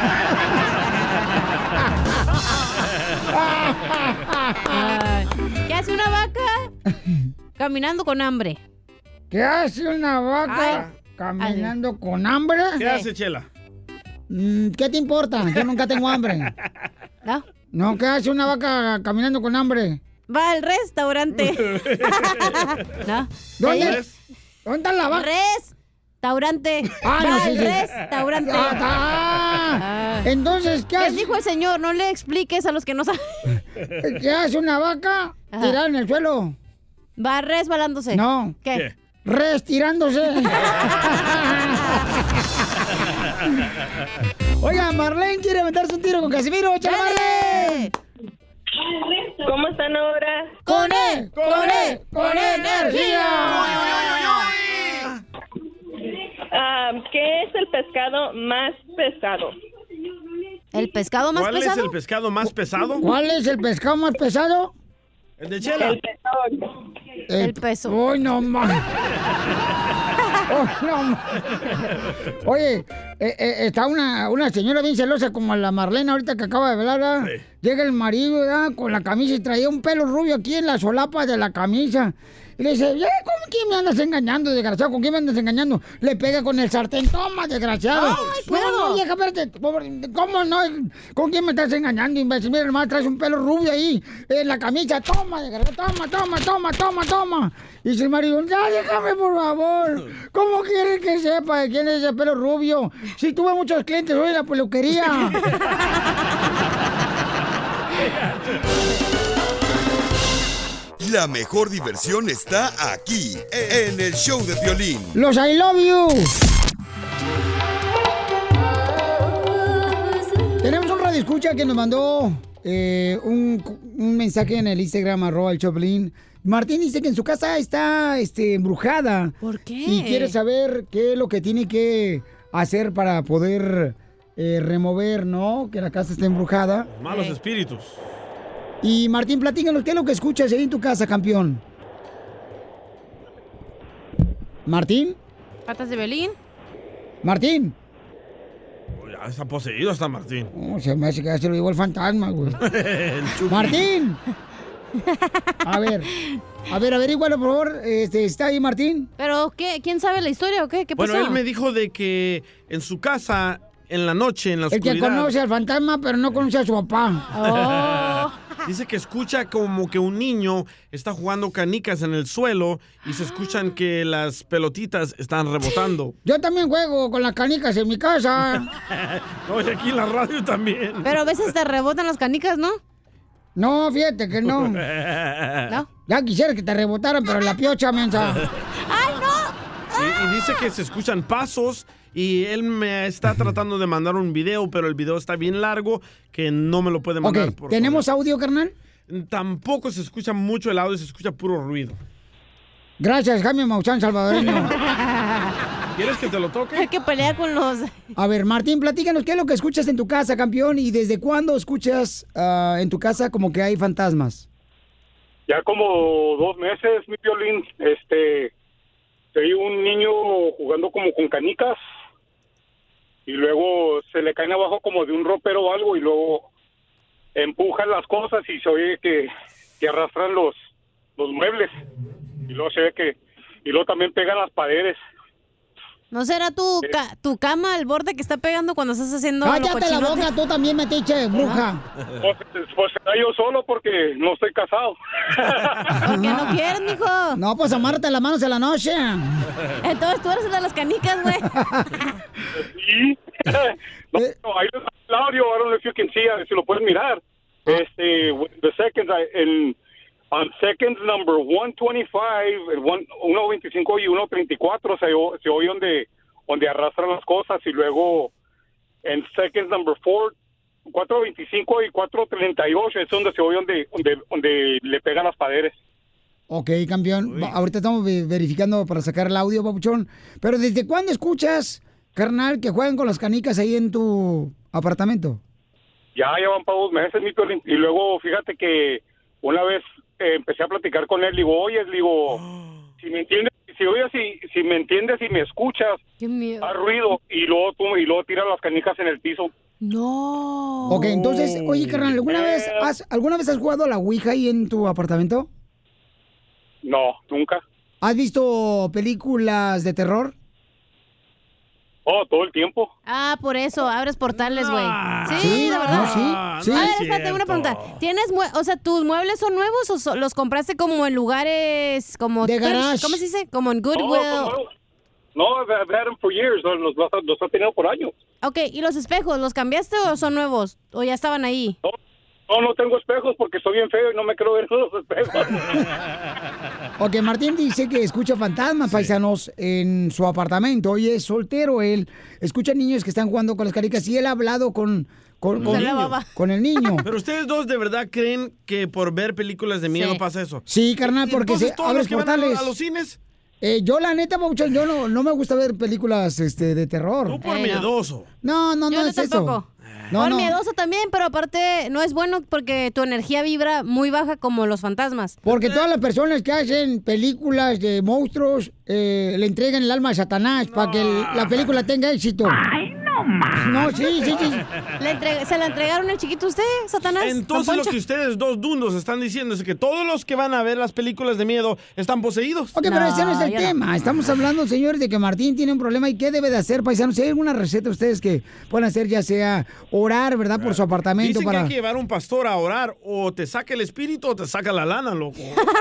S4: ¿Qué hace una vaca caminando con hambre?
S3: ¿Qué hace una vaca
S4: Ay.
S3: caminando
S4: Ay.
S3: con hambre?
S5: ¿Qué hace, Chela?
S3: Mm, ¿Qué te importa? Yo nunca tengo hambre.
S4: ¿No?
S3: No, ¿qué hace una vaca caminando con hambre?
S4: Va al restaurante. ¿No?
S3: ¿Dónde? ¿Dónde está la vaca?
S4: Restaurante.
S3: Ah,
S4: Va
S3: no, sí,
S4: al
S3: sí.
S4: restaurante.
S3: Ah, ah.
S4: Ah.
S3: Entonces, ¿qué
S4: ¿Qué
S3: hace?
S4: dijo el señor? No le expliques a los que no saben.
S3: ¿Qué hace una vaca
S4: Ajá.
S3: tirada en el suelo?
S4: Va resbalándose.
S3: No.
S4: ¿Qué?
S5: ¿Qué?
S3: Restirándose. Oiga, Marlene quiere aventarse un tiro con Casimiro. ¡Échale, Marlene!
S17: ¿Cómo están ahora?
S3: ¡Con él! ¡Con él! ¡Con energía!
S17: Ah, ¿qué es el pescado más pesado?
S4: ¿El pescado más
S5: ¿Cuál
S4: pesado?
S5: es el pescado más pesado?
S3: ¿Cuál es el pescado más pesado?
S5: El de Chela.
S17: El pesado.
S4: El peso.
S3: ¡Uy, no más! ¡Oh, no ma- Oye, eh, eh, está una, una señora bien celosa como la Marlene ahorita que acaba de hablar, ¿verdad?
S5: Sí.
S3: Llega el marido, ¿verdad? Con la camisa y traía un pelo rubio aquí en la solapa de la camisa. Y le dice, "Eh, ¿con quién me andas engañando, desgraciado? ¿Con quién me andas engañando?" Le pega con el sartén, toma, desgraciado.
S4: Ay,
S3: no,
S4: cuidado.
S3: no, vieja, espérate. ¿Cómo no? ¿Con quién me estás engañando, imbécil? Mira, hermano, traes un pelo rubio ahí en la camisa. Toma, desgraciado, toma, toma, toma, toma, toma. Y dice el marido, ya, déjame, por favor. ¿Cómo quieres que sepa de quién es ese pelo rubio? Si tuve muchos clientes hoy en la peluquería.
S2: La mejor diversión está aquí, en el show de Piolín.
S3: Los I love you. Tenemos un radio escucha que nos mandó eh, un, un mensaje en el Instagram, arroba el Choplin. Martín dice que en su casa está este, embrujada.
S4: ¿Por qué?
S3: Y quiere saber qué es lo que tiene que hacer para poder eh, remover, ¿no? Que la casa esté embrujada.
S5: Malos espíritus.
S3: Y Martín, platícanos, ¿qué es lo que escuchas ahí en tu casa, campeón? ¿Martín?
S4: ¿Patas de Belín?
S3: ¿Martín?
S5: Oh, ya está poseído hasta Martín.
S3: Oh, se me hace que ya se lo llevó el fantasma, güey.
S5: El Chucky.
S3: ¡Martín! A ver, a ver, averígualo, por favor. Este, ¿está ahí Martín?
S4: ¿Pero qué? ¿Quién sabe la historia o qué? ¿Qué pasó?
S5: Bueno, él me dijo de que en su casa, en la noche, en la
S3: El
S5: oscuridad...
S3: que conoce al fantasma, pero no conoce a su papá.
S4: Oh.
S5: Dice que escucha como que un niño está jugando canicas en el suelo y se escuchan que las pelotitas están rebotando.
S3: Yo también juego con las canicas en mi casa.
S5: No, y aquí en la radio también.
S4: Pero a veces te rebotan las canicas, ¿no?
S3: No, fíjate que no.
S4: ¿No?
S3: Ya quisiera que te rebotaran, pero la piocha, mensa.
S4: ¡Ay, no!
S5: Y, y dice que se escuchan pasos y él me está tratando de mandar un video, pero el video está bien largo que no me lo puede mandar.
S3: Ok,
S5: por
S3: ¿tenemos audio, carnal?
S5: correo. Tampoco se escucha mucho el audio, se escucha puro ruido.
S3: Gracias, Jaime Maussan, salvadoreño.
S5: ¿Quieres que te lo toque?
S4: Hay que pelear con los...
S3: A ver, Martín, platícanos, ¿qué es lo que escuchas en tu casa, campeón? ¿Y desde cuándo escuchas ah, en tu casa como que hay fantasmas?
S12: Ya como dos meses, mi Piolín, este, hay un niño jugando como con canicas y luego se le caen abajo como de un ropero o algo y luego empujan las cosas y se oye que, que arrastran los, los muebles y luego se ve que, y luego también pegan las paredes.
S4: ¿No será tu, ca tu cama al borde que está pegando cuando estás haciendo lo
S3: Cállate la
S4: cochinote?
S3: boca, tú también, metiche, bruja.
S12: Pues, pues será yo solo porque no estoy casado.
S4: ¿Por qué no quieres, mijo?
S3: No, pues amárrate las manos en la noche.
S4: Entonces tú eres el de las canicas, güey.
S12: Sí. No, no, ahí está el audio, I don't know if you can see, si lo puedes mirar. Este, the seconds, en on seconds number one twenty-five, el one- uno veinticinco y uno treinta y cuatro se, o- se oye donde, donde arrastran las cosas, y luego en seconds number four, cuatro veinticinco y cuatro treinta y ocho es donde se oye donde, donde, donde le pegan las paredes.
S3: Ok, campeón. Va- Ahorita estamos ve- verificando para sacar el audio, papuchón. Pero ¿desde cuándo escuchas, carnal, que juegan con las canicas ahí en tu apartamento?
S12: Ya llevan para dos meses, mi Piolín. Y luego, fíjate que una vez eh, empecé a platicar con él, digo, oye, digo, si me entiendes, si oyes, si, si me entiendes y me escuchas, haz ruido, y luego tú, y luego tiras las canicas en el piso.
S4: No.
S3: Ok, entonces, oye, carnal, ¿alguna vez has, ¿alguna vez has jugado a la Ouija ahí en tu apartamento?
S12: No, nunca.
S3: ¿Has visto películas de terror?
S12: Oh, todo el tiempo.
S4: Ah, por eso, abres portales, güey. Sí,
S3: Sí,
S4: de verdad.
S3: no, sí, sí.
S4: A ver,
S3: Es
S4: espérate, una pregunta. ¿Tienes, mue- o sea, tus muebles son nuevos o so- los compraste como en lugares como...
S3: De
S4: thrift-
S3: garage.
S4: ¿Cómo se dice? Como en
S12: No,
S4: Goodwill.
S12: no, I've, I've had them for years. Los, los, los he tenido por años.
S4: Ok, ¿y los espejos, los cambiaste o son nuevos? ¿O ya estaban ahí?
S12: No, no tengo espejos porque soy bien feo y no me creo ver los espejos.
S3: Ok, Martín dice que escucha fantasmas, paisanos, en su apartamento. Oye, es soltero él. Escucha niños que están jugando con las canicas y él ha hablado con, con, con,
S5: Se la baba.
S3: con el niño.
S5: Pero ustedes dos de verdad creen que por ver películas de miedo
S3: Sí.
S5: pasa eso.
S3: Sí, carnal, porque
S5: Entonces,
S3: se
S5: todos
S3: abres
S5: los que van a,
S3: portales.
S5: a los cines,
S3: Eh, yo, la neta, Pauchón, yo no, no me gusta ver películas este, de terror.
S5: tú por miedoso.
S3: No, no,
S4: Yo
S3: no
S4: no
S3: es
S4: tampoco.
S3: eso. No,
S4: Por
S3: no.
S4: miedoso también, pero aparte no es bueno porque tu energía vibra muy baja como los fantasmas.
S3: Porque todas las personas que hacen películas de monstruos eh, le entregan el alma a Satanás para que el- la película tenga éxito. Ay, no más. No, sí, sí, sí.
S4: ¿Le entre- ¿Se la entregaron el chiquito a usted, Satanás?
S5: Entonces
S4: Don
S5: lo
S4: Poncho?
S5: que ustedes dos dundos están diciendo es que todos los que van a ver las películas de miedo están poseídos.
S3: Ok, pero ese no es el tema. Estamos hablando, señores, de que Martín tiene un problema y qué debe de hacer, paisanos. Si hay alguna receta ustedes que puedan hacer, ya sea orar, ¿verdad? Por su apartamento
S5: Dicen
S3: para...
S5: que hay que llevar a un pastor a orar, o te saca el espíritu o te saca la lana, loco.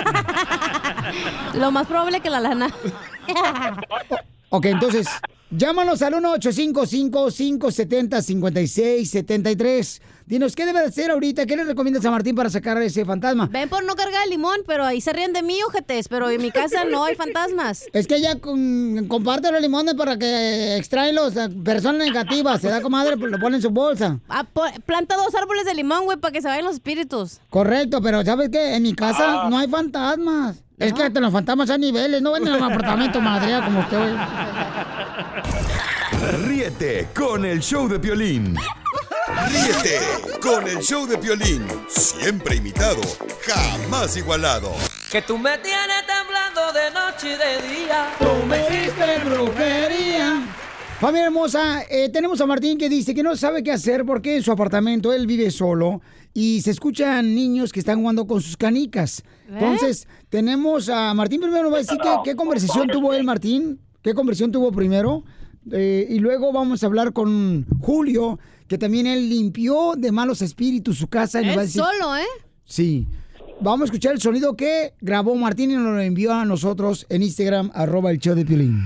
S4: Lo más probable que la lana.
S3: Ok, entonces, llámanos al uno ocho cinco cinco, cinco siete cero, cinco seis siete tres. Dinos, ¿qué debe de hacer ahorita? ¿Qué le recomiendas a Martín para sacar a ese fantasma?
S4: Ven por no cargar el limón, pero ahí se ríen de mí, ojetes. Pero en mi casa no hay fantasmas.
S3: Es que ella con- comparte los limones para que extraen las personas negativas. Se da comadre, pues lo pone en su bolsa.
S4: Ah, po- planta dos árboles de limón, güey, para que se vayan los espíritus.
S3: Correcto, pero ¿sabes qué? En mi casa
S4: Ah.
S3: no hay fantasmas. Es que hasta los fantasmas hay niveles, no venden en un apartamento madrea como usted, güey.
S2: Ríete con el show de Piolín. Ríete con el show de Piolín. Siempre imitado, jamás igualado.
S10: Que tú me tienes temblando de noche y de día.
S3: Tú me diste brujería. Familia hermosa, eh, tenemos a Martín que dice que no sabe qué hacer porque en su apartamento él vive solo y se escuchan niños que están jugando con sus canicas. Entonces, tenemos a Martín primero, nos va a decir qué, qué conversación tuvo él, Martín. ¿Qué conversación tuvo primero? Eh, y luego vamos a hablar con Julio, que también él limpió de malos espíritus su casa. Y nos va a
S4: Él
S3: decir,
S4: solo, ¿eh?
S3: Sí. Vamos a escuchar el sonido que grabó Martín y nos lo envió a nosotros en Instagram, arroba el show de Piolín.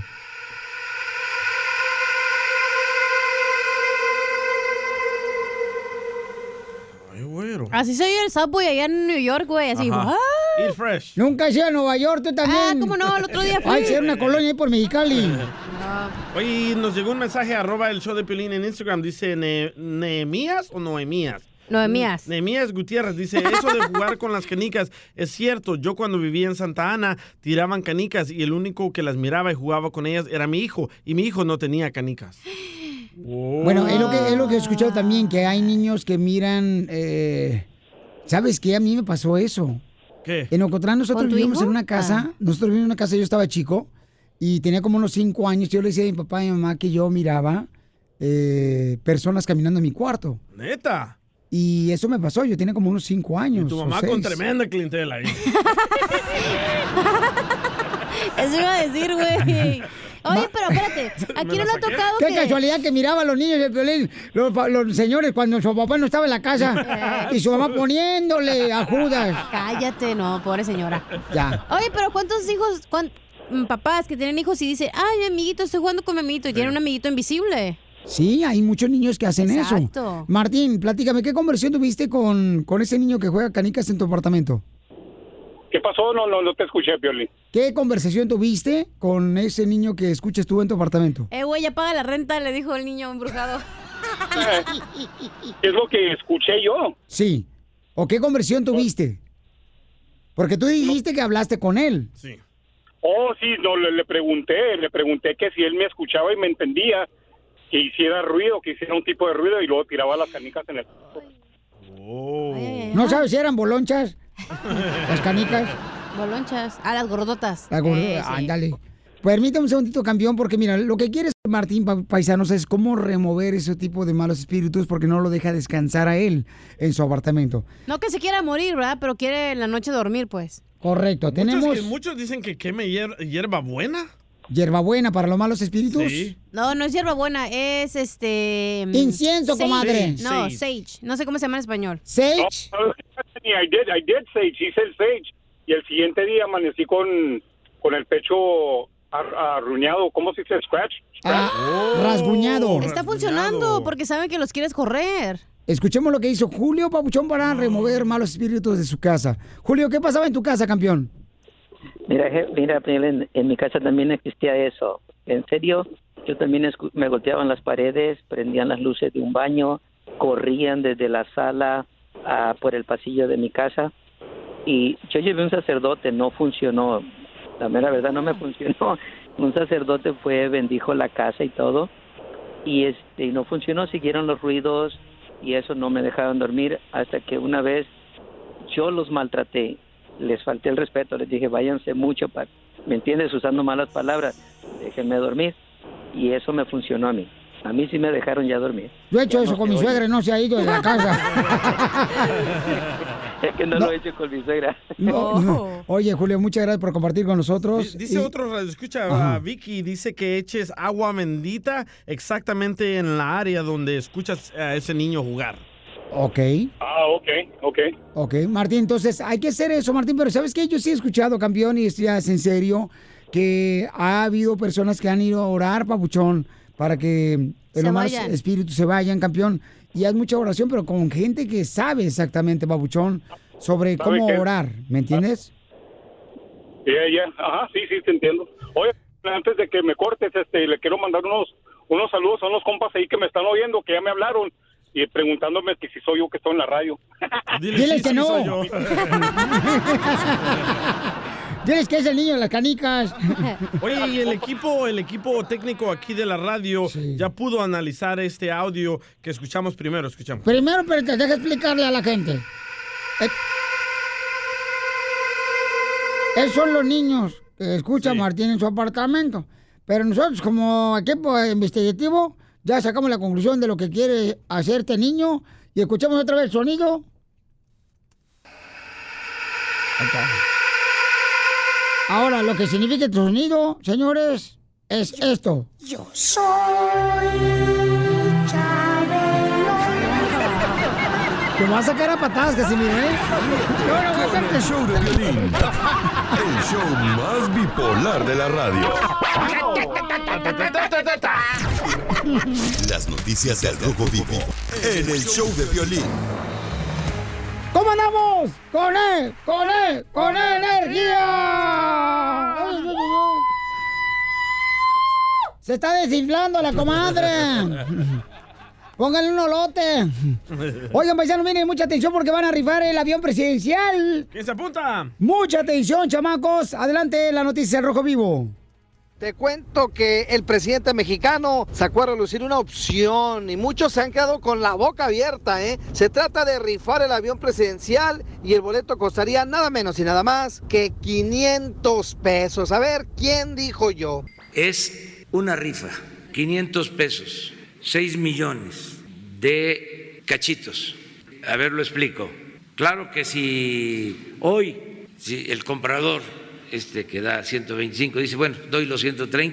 S4: Así se oye el Subway allá en New York, güey. Así,
S5: Ajá.
S4: ¿what?
S5: Eat fresh.
S3: Nunca he ido a Nueva York, tú también.
S4: Ah, ¿cómo no? El otro día fui.
S3: Hay ser una colonia ahí por Mexicali.
S5: Oye, nos llegó un mensaje arroba el show de Piolín en Instagram. Dice Ne- Nehemías o Noemías.
S4: Noemías.
S5: Nehemías Gutiérrez dice, eso de jugar con las canicas es cierto. Yo cuando vivía en Santa Ana tiraban canicas y el único que las miraba y jugaba con ellas era mi hijo. Y mi hijo no tenía canicas.
S3: Bueno, es lo, que, es lo que he escuchado también, que hay niños que miran... eh, ¿Sabes qué? A mí me pasó eso.
S5: ¿Qué?
S3: En Ocotlán nosotros
S4: ¿Con tu
S3: vivíamos
S4: hijo?
S3: en una casa,
S4: Ah.
S3: nosotros vivíamos en una casa, yo estaba chico, y tenía como unos cinco años, yo le decía a mi papá y a mi mamá que yo miraba eh, personas caminando en mi cuarto.
S5: Neta.
S3: Y eso me pasó, yo tenía como unos cinco años.
S5: Tu
S3: o
S5: mamá con
S3: seis.
S5: tremenda clientela ahí.
S4: Eso iba a decir, güey. Oye, pero espérate, aquí no le ha tocado
S3: Qué
S4: que...
S3: casualidad que miraba a los niños del Piolín, los, los señores, cuando su papá no estaba en la casa. Y su mamá poniéndole a Judas.
S4: Cállate, no, pobre señora.
S3: Ya.
S4: Oye, pero ¿cuántos hijos, cuán- mm, papás que tienen hijos y dicen, ay, mi amiguito, estoy jugando con mi amiguito y tiene un amiguito invisible?
S3: Sí, hay muchos niños que hacen
S4: Exacto.
S3: eso. Martín, platícame, ¿qué conversión tuviste con, con ese niño que juega canicas en tu apartamento?
S12: ¿Qué pasó? No, no, no te escuché, Piolín.
S3: ¿Qué conversación tuviste con ese niño que escuchas tú en tu apartamento?
S4: Eh, güey, ya paga la renta, le dijo el niño embrujado.
S12: Es lo que escuché yo.
S3: Sí. ¿O qué conversión tuviste? Porque tú dijiste que hablaste con él.
S12: Sí. Oh, sí, no, le, le pregunté, le pregunté que si él me escuchaba y me entendía, que hiciera ruido, que hiciera un tipo de ruido y luego tiraba las canicas en el...
S3: Oh. ¿No sabes si eran bolonchas? Las canicas.
S4: Bolonchas. Ah, las gordotas.
S3: La gorda-
S4: Eh, sí.
S3: Ándale. Permítame un segundito, campeón, porque mira, lo que quieres, Martín pa- Paisanos, es cómo remover ese tipo de malos espíritus porque no lo deja descansar a él en su apartamento.
S4: No que se quiera morir, ¿verdad? Pero quiere en la noche dormir, pues.
S3: Correcto, tenemos
S5: Muchos, que- muchos dicen que queme hier- hierba buena.
S3: hierbabuena para los malos espíritus.
S5: Sí.
S4: No, no es hierbabuena, es este... mm,
S3: Incienso,
S4: sage.
S3: comadre.
S4: No,
S12: Sage.
S4: sage. No sé cómo se llama en español.
S3: ¿Sage?
S12: Oh, I did, I did sage, hice el sage. Y el siguiente día amanecí con, con el pecho ar- arruñado, ¿cómo se dice? Scratch.
S3: Ah, rasguñado.
S4: Está funcionando porque saben que los quieres correr.
S3: Escuchemos lo que hizo Julio Papuchón para remover malos espíritus de su casa. Julio, ¿qué pasaba en tu casa, campeón?
S18: Mira, je- mira, en, en mi casa también existía eso. En serio, yo también escu- me golpeaban las paredes, prendían las luces de un baño, corrían desde la sala a, por el pasillo de mi casa. Y yo llevé un sacerdote, no funcionó. La mera verdad no me funcionó. Un sacerdote fue, bendijo la casa y todo. Y este y no funcionó, siguieron los ruidos y eso no me dejaron dormir hasta que una vez yo los maltraté. Les falté el respeto, les dije, váyanse mucho, pa-", ¿me entiendes? Usando malas palabras, déjenme dormir. Y eso me funcionó a mí. A mí sí me dejaron ya dormir.
S3: Yo he hecho
S18: Ya
S3: eso
S18: no
S3: con
S18: se
S3: mi
S18: oye.
S3: suegra y no se ha ido de la casa.
S18: Es que no, lo he hecho con mi suegra.
S3: No, no. Oye, Julio, muchas gracias por compartir con nosotros.
S5: Dice
S3: Y-
S5: otro radio, escucha,
S3: Ajá.
S5: a Vicky, dice que eches agua bendita exactamente en la área donde escuchas a ese niño jugar.
S3: Ok.
S12: Ah, ok, ok.
S3: Ok, Martín, entonces hay que hacer eso, Martín, pero ¿sabes qué? Yo sí he escuchado, campeón, y esto ya es en serio, que ha habido personas que han ido a orar, papuchón, para que
S4: Se
S3: los malos
S4: vayan.
S3: espíritus se vayan, campeón. Y hay mucha oración, pero con gente que sabe exactamente, papuchón, sobre
S12: ¿Sabe
S3: cómo
S12: qué?
S3: orar, ¿me entiendes?
S12: Ya, ya, ajá, sí, sí, te entiendo. Oye, antes de que me cortes, este, le quiero mandar unos unos saludos a unos compas ahí que me están oyendo, que ya me hablaron y preguntándome que si soy yo que estoy en la radio.
S3: Diles que no. Diles que es el niño de las canicas.
S5: Oye, y el equipo, el equipo técnico aquí de la radio ya pudo analizar este audio que escuchamos primero. Escuchamos.
S3: Primero, pero te deja explicarle a la gente. Eh, Esos son los niños que escucha Martín en su apartamento. Pero nosotros, como equipo investigativo, ya sacamos la conclusión de lo que quiere hacer este niño y escuchamos otra vez el sonido. Ahí está. Ahora, lo que significa este sonido, señores, es esto.
S16: Yo soy Chabelo.
S3: Te vas a sacar a patadas, Casimiro, ¿eh? No, no,
S2: Con el show de Piolín, el show más bipolar de la radio. Las noticias del Rojo Vivo en el show de Piolín.
S3: ¿Cómo andamos? ¡Con él! ¡Con él! ¡Con energía! ¡Ay, ay, ay, ay! ¡Se está desinflando la comadre! Póngale un olote. Oigan, paisanos, miren, mucha atención porque van a rifar el avión presidencial.
S5: ¿Quién se apunta?
S3: Mucha atención, chamacos. Adelante, la noticia del Rojo Vivo.
S6: Te cuento que el presidente mexicano sacó a relucir una opción y muchos se han quedado con la boca abierta, ¿eh? Se trata de rifar el avión presidencial y el boleto costaría nada menos y nada más que quinientos pesos. A ver, ¿quién dijo yo?
S7: Es una rifa, quinientos pesos, seis millones de cachitos. A ver, lo explico. Claro que si hoy, si el comprador este que da ciento veinticinco dice, bueno, doy los ciento treinta,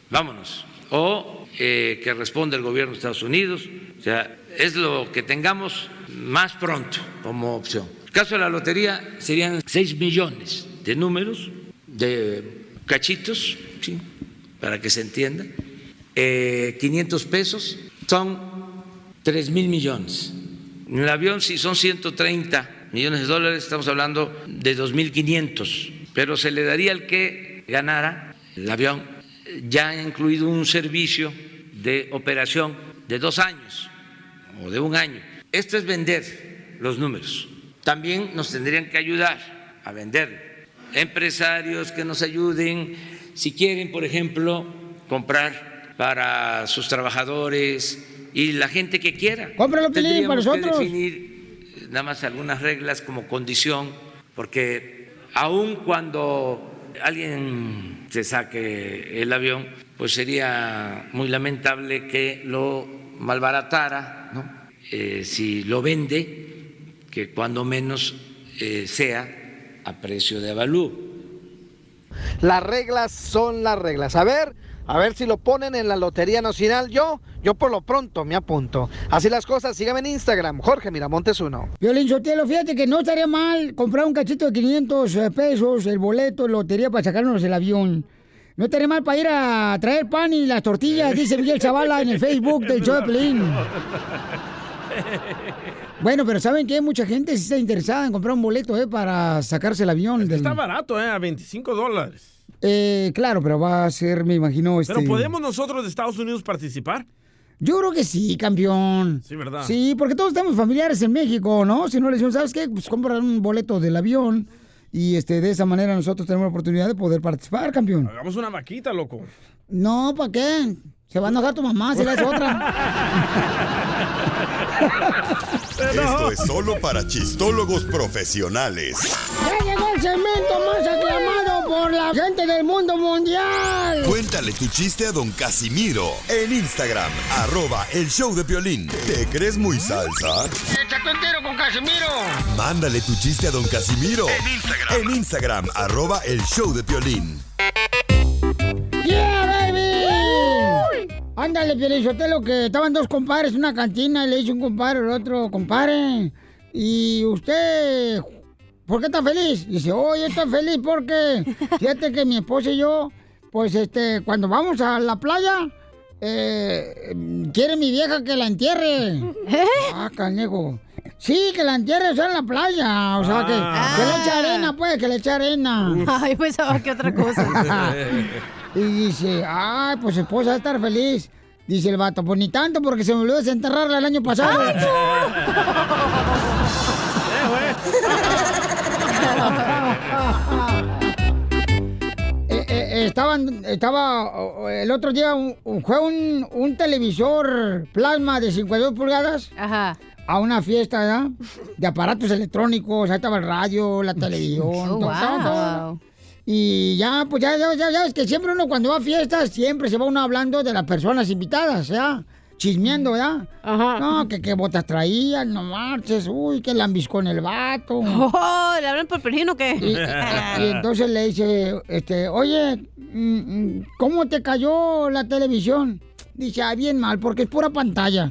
S7: vámonos. O eh, que responda el gobierno de Estados Unidos. O sea, es lo que tengamos más pronto como opción. En el caso de la lotería serían seis millones de números, de cachitos, ¿sí? Para que se entienda. Eh, quinientos pesos son tres mil millones. En el avión, si son ciento treinta millones de dólares, estamos hablando de dos mil quinientos, pero se le daría al que ganara el avión, ya ha incluido un servicio de operación de dos años o de un año. Esto es vender los números. También nos tendrían que ayudar a vender. Empresarios que nos ayuden, si quieren, por ejemplo, comprar para sus trabajadores y la gente que quiera.
S3: Cómpralo, Piolín, para nosotros.
S7: Que definir nada más algunas reglas como condición, porque aun cuando alguien se saque el avión, pues sería muy lamentable que lo malbaratara, ¿no? Eh, si lo vende, que cuando menos eh, sea a precio de avalúo.
S6: Las reglas son las reglas. A ver, a ver si lo ponen en la Lotería Nacional. Yo, yo por lo pronto me apunto. Así las cosas, síganme en Instagram, Jorge Miramontes uno.
S3: Piolín Sotelo, fíjate que no estaría mal comprar un cachito de quinientos pesos, el boleto de lotería para sacarnos el avión. No estaría mal para ir a traer pan y las tortillas, dice Miguel Zavala en el Facebook del show de Piolín. Bueno, pero ¿saben qué? Mucha gente sí está interesada en comprar un boleto eh, para sacarse el avión.
S5: Es que
S3: del...
S5: Está barato, ¿eh? A veinticinco dólares.
S3: Eh, claro, pero va a ser, me imagino... Este...
S5: ¿Pero podemos nosotros de Estados Unidos participar?
S3: Yo creo que sí, campeón.
S5: Sí, ¿verdad?
S3: Sí, porque todos tenemos familiares en México, ¿no? Si no le decimos, ¿sabes qué? Pues comprar un boleto del avión y este de esa manera nosotros tenemos la oportunidad de poder participar, campeón.
S5: Hagamos una vaquita, loco.
S3: No, ¿para qué? Se va a enojar tu mamá si le hace otra.
S2: Esto es solo para chistólogos profesionales.
S3: ¡Ya llegó el segmento más aclamado por la gente del mundo mundial!
S2: Cuéntale tu chiste a don Casimiro en Instagram, arroba el show de Piolín. ¿Te crees muy salsa?
S3: ¡Échate un tiro con Casimiro!
S2: Mándale tu chiste a don Casimiro en Instagram, en Instagram arroba el show de Piolín.
S3: ¡Yeah, baby! Ándale, Piolín, que estaban dos compadres en una cantina y le dice un compadre al otro, compadre, ¿y usted por qué está feliz? Dice, oh, yo estoy feliz porque fíjate que mi esposa y yo, pues este, cuando vamos a la playa, eh, quiere mi vieja que la entierre. ¿Eh? Ah, canejo. Sí, que la entierre, o sea, en la playa. O sea, ah. que, que le eche arena, pues, que le eche arena.
S4: Ay, pues, ¿qué otra cosa?
S3: Y dice, ay, pues su esposa va a estar feliz. Dice el vato, pues ni tanto porque se me olvidó desenterrarla el año pasado. ¡Ay, eh, eh, estaban, estaba el otro día, un, un, fue un, un televisor plasma de cincuenta y dos pulgadas.
S4: Ajá.
S3: A una fiesta, ¿verdad? De aparatos electrónicos, ahí estaba el radio, la televisión,
S4: oh,
S3: todo,
S4: wow.
S3: todo, todo. Y ya, pues ya, ya, ya, ya, es que siempre uno cuando va a fiestas, siempre se va uno hablando de las personas invitadas, ¿ya? Chismeando, ¿verdad?
S4: Ajá.
S3: No, que qué botas traían, no marches, uy, que lambiscó en el vato.
S4: Oh, ¿le hablan por pergino o qué?
S3: Y, y, y entonces le dice, este, oye, ¿cómo te cayó la televisión? Dice, ah, bien mal, porque es pura pantalla.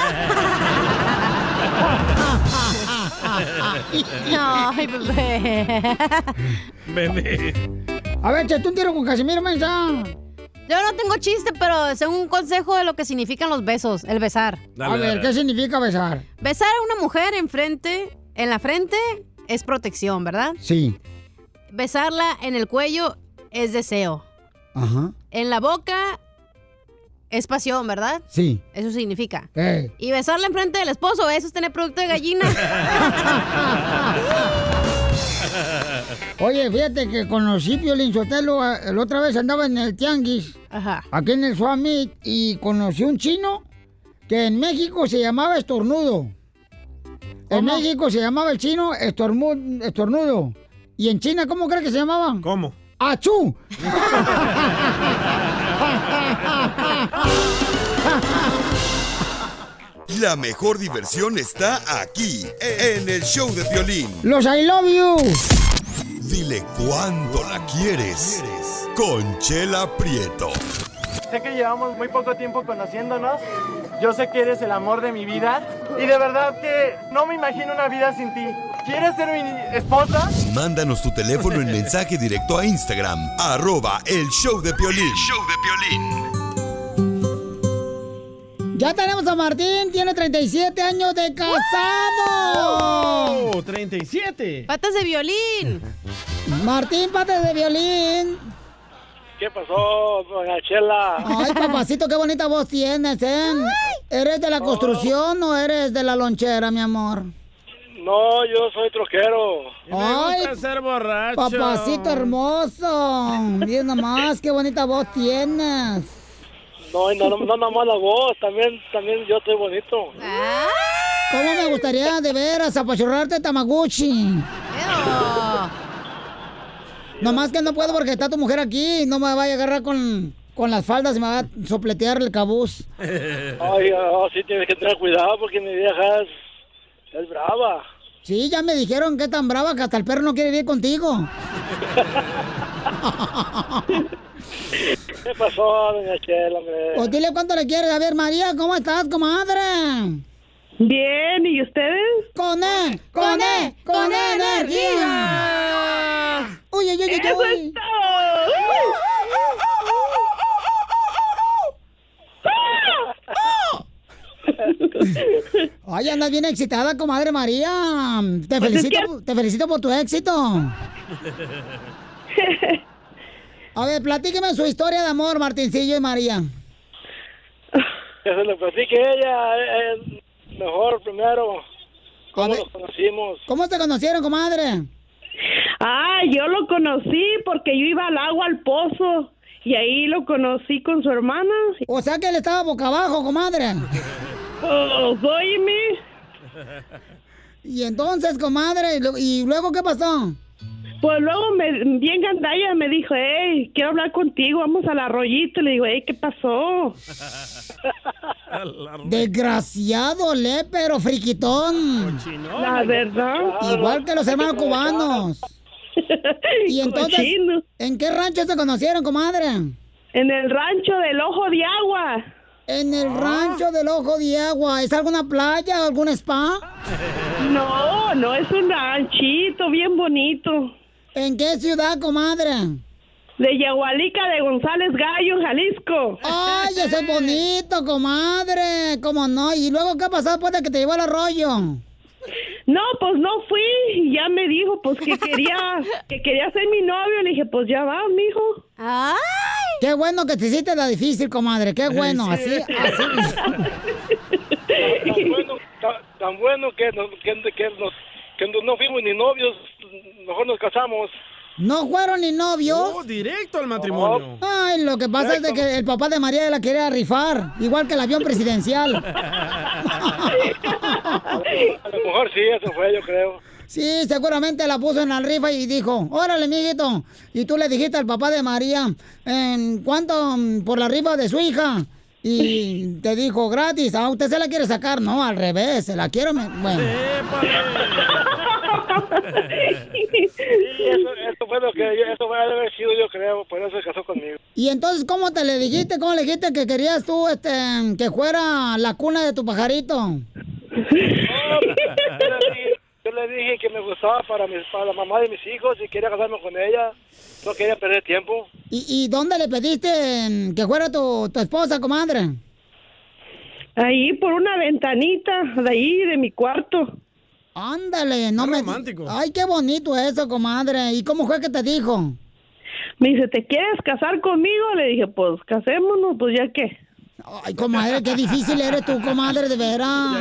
S4: Ay, bebé.
S5: Bebé.
S3: A ver, échate un tiro con Casimiro, mensa.
S4: Yo no tengo chiste, pero sé un consejo de lo que significan los besos, el besar.
S3: Dale, a ver, dale. ¿Qué significa besar?
S4: Besar a una mujer en frente, en la frente, es protección, ¿verdad?
S3: Sí.
S4: Besarla en el cuello es deseo.
S3: Ajá.
S4: En la boca es pasión, ¿verdad?
S3: Sí.
S4: Eso significa.
S3: Hey.
S4: Y besarla enfrente del esposo, eso es tener producto de gallina.
S3: Oye, fíjate que conocí Piolín Sotelo, la otra vez andaba en el tianguis,
S4: ajá,
S3: aquí en el Summit, y conocí un chino que en México se llamaba estornudo. En México se llamaba el chino estormu- estornudo. ¿Y en China cómo crees que se llamaba?
S5: ¿Cómo?
S3: ¡Achú!
S2: La mejor diversión está aquí, en el show de Piolín.
S3: ¡Los I love you!
S2: Dile cuánto la quieres. Conchela Prieto.
S19: Sé que llevamos muy poco tiempo conociéndonos. Yo sé que eres el amor de mi vida. Y de verdad que no me imagino una vida sin ti. ¿Quieres ser mi esposa?
S2: Mándanos tu teléfono en mensaje directo a Instagram, arroba el show de Piolín. El show de Piolín.
S3: Ya tenemos a Martín, tiene treinta y siete años de casado.
S5: ¡Oh! ¡treinta y siete!
S4: ¡Patas de violín!
S3: Martín, patas de violín.
S20: ¿Qué pasó, doña Chela?
S3: Ay, papacito, qué bonita voz tienes, ¿eh? ¿Eres de la construcción o eres de la lonchera, mi amor?
S20: No, yo soy troquero.
S3: Ay,
S5: Me gusta ser borracho.
S3: Papacito hermoso. Miren nomás, qué bonita voz tienes.
S20: No, no, no, no nada más la voz, también, también yo estoy bonito.
S3: ¿Cómo me gustaría de veras apachurrarte Tamaguchi? Nomás que no puedo porque está tu mujer aquí y no me vaya a agarrar con, con las faldas y me va a sopletear el cabuz.
S20: Ay, oh, sí tienes que tener cuidado porque mi vieja es, es brava.
S3: Sí, ya me dijeron que es tan brava que hasta el perro no quiere ir contigo.
S20: ¿Qué pasó, doña Chela, hombre?
S3: Pues dile cuánto le quieres. A ver, María, ¿cómo estás, comadre?
S17: Bien, ¿y ustedes?
S3: ¡Con E! ¡Con E! ¡Con E energía! ¡Uy, uy, uy, uy!
S17: ¡Eso es todo!
S3: Ay, andas bien excitada, comadre María. Te
S17: Pues
S3: felicito,
S17: es que-
S3: te felicito por tu éxito. A ver, platíqueme su historia de amor, Martincillo y María.
S20: Que se lo platique ella, eh, mejor primero. ¿Cómo nos conocimos?
S3: ¿Cómo se conocieron, comadre?
S17: Ah, yo lo conocí porque yo iba al agua, al pozo, y ahí lo conocí con su hermana.
S3: O sea que él estaba boca abajo, comadre.
S17: Oh, óyeme.
S3: Y entonces, comadre, ¿y lo- ¿y luego qué pasó?
S17: Pues luego, me, bien gandalla, me dijo, hey, quiero hablar contigo, vamos al arroyito. Le digo, hey, ¿qué pasó?
S3: Desgraciado, lépero, friquitón.
S17: La verdad.
S3: Igual que los hermanos cubanos. Y entonces,
S17: Cochino.
S3: ¿en qué rancho se conocieron, comadre?
S17: En el rancho del Ojo de Agua.
S3: En el rancho del Ojo de Agua. ¿Es alguna playa o algún spa?
S17: No, no, es un ranchito bien bonito.
S3: ¿En qué ciudad, comadre?
S17: De Yagualica de González Gallo, Jalisco.
S3: ¡Ay, eso es bonito, comadre! ¿Cómo no? ¿Y luego qué pasó después de que te llevó al arroyo?
S17: No, pues no fui. Y ya me dijo, pues, que quería que quería ser mi novio. Le dije, pues ya va, mijo.
S3: ¡Ay! Qué bueno que te hiciste la difícil, comadre. Qué bueno,
S20: Sí.
S3: así, así.
S20: Tan bueno, tan, tan bueno que, nos, que, que, nos, que no fuimos ni novios, mejor nos casamos.
S3: ¿No fueron ni novios?
S5: Oh, directo al matrimonio.
S3: Ay, lo que pasa es de que el papá de María la quería rifar, igual que el avión presidencial.
S20: A lo mejor sí, eso fue, yo creo.
S3: Sí, seguramente la puso en la rifa y dijo, órale, mijito. Y tú le dijiste al papá de María, ¿en cuánto mm, por la rifa de su hija? Y te dijo, gratis. Ah, ¿usted se la quiere sacar? No, al revés, se la quiero... me- Bueno.
S20: Sí, eso, eso fue lo que yo- eso fue haber sido, yo creo, por eso se casó conmigo.
S3: Y entonces, ¿cómo te le dijiste? ¿Cómo le dijiste que querías tú, este, que fuera la cuna de tu pajarito?
S20: No, yo, le dije, yo le dije que me gustaba para, mis, para la mamá de mis hijos y quería casarme con ella. No quería perder tiempo.
S3: ¿Y, y dónde le pediste mm, que fuera tu, tu esposa, comadre?
S17: Ahí por una ventanita de ahí, de mi cuarto.
S3: Ándale, no
S17: Qué
S3: me...
S17: romántico.
S3: Ay, qué bonito eso, comadre. ¿Y cómo fue que te dijo?
S17: Me dice, ¿te quieres casar conmigo? Le dije, pues casémonos, pues ya qué.
S3: Ay, comadre, qué difícil eres tú, comadre, de veras.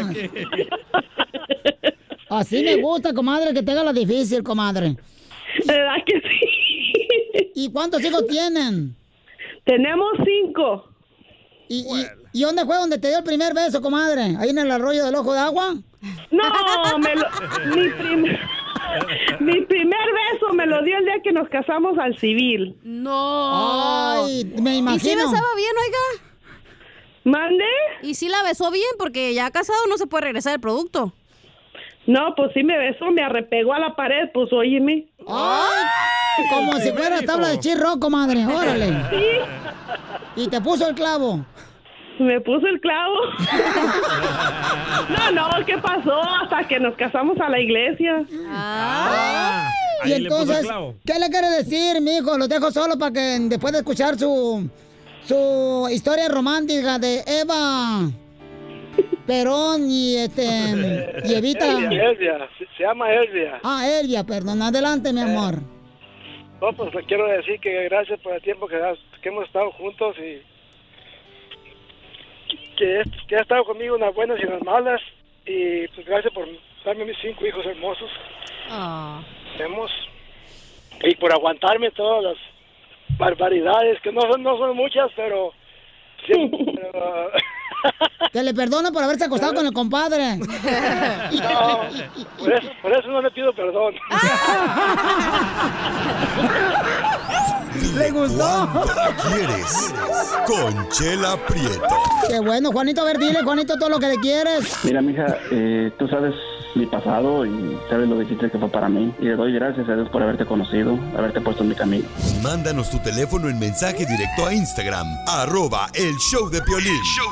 S3: Así me gusta, comadre, que te haga la difícil, comadre.
S17: ¿Verdad que sí?
S3: ¿Y cuántos hijos tienen?
S17: Tenemos cinco.
S3: ¿Y, y, ¿y dónde fue donde te dio el primer beso, comadre? ¿Ahí en el arroyo del Ojo de Agua?
S17: No, me lo, mi, prim- mi primer beso me lo dio el día que nos casamos al civil.
S4: No.
S3: Ay, me
S4: ¿Y si
S3: imagino.
S4: besaba bien, oiga?
S17: ¿Mande?
S4: ¿Y si la besó bien? Porque ya casado no se puede regresar el producto.
S17: No, pues sí me besó, me arrepegó a la pared, pues óyeme.
S3: Ay, como si fuera tabla de chirro, comadre, órale.
S17: Sí.
S3: ¿Y te puso el clavo?
S17: Me puso el clavo. No, no, ¿qué pasó? Hasta que nos casamos a la iglesia.
S3: Ah. Y
S17: Ahí le puso el
S3: entonces,
S17: clavo.
S3: ¿qué le quiere decir, mijo? Lo dejo solo para que después de escuchar su, su historia romántica de Eva Perón y este y Evita.
S20: Elvia, se, se llama Elvia.
S3: Ah, Elvia, perdón. Adelante, mi amor.
S20: No, pues le quiero decir que gracias por el tiempo que, has- que hemos estado juntos y que, que ha estado conmigo en las buenas y en las malas. Y pues gracias por darme mis cinco hijos hermosos. Tenemos. Y por aguantarme todas las barbaridades, que no son, no son muchas, pero... siempre, pero,
S3: Que le perdono por haberse acostado con el compadre.
S20: no, por eso, por eso no le pido perdón.
S3: ¿Le gustó?
S2: ¿Quieres? Conchela Prieto.
S3: Qué bueno, Juanito. A ver, dile, Juanito, todo lo que le quieres.
S21: Mira, mija, eh, tú sabes mi pasado y sabes lo difícil que fue para mí. Y le doy gracias a Dios por haberte conocido, haberte puesto en mi camino.
S2: Mándanos tu teléfono en mensaje directo a Instagram, arroba el show de Piolín.
S3: show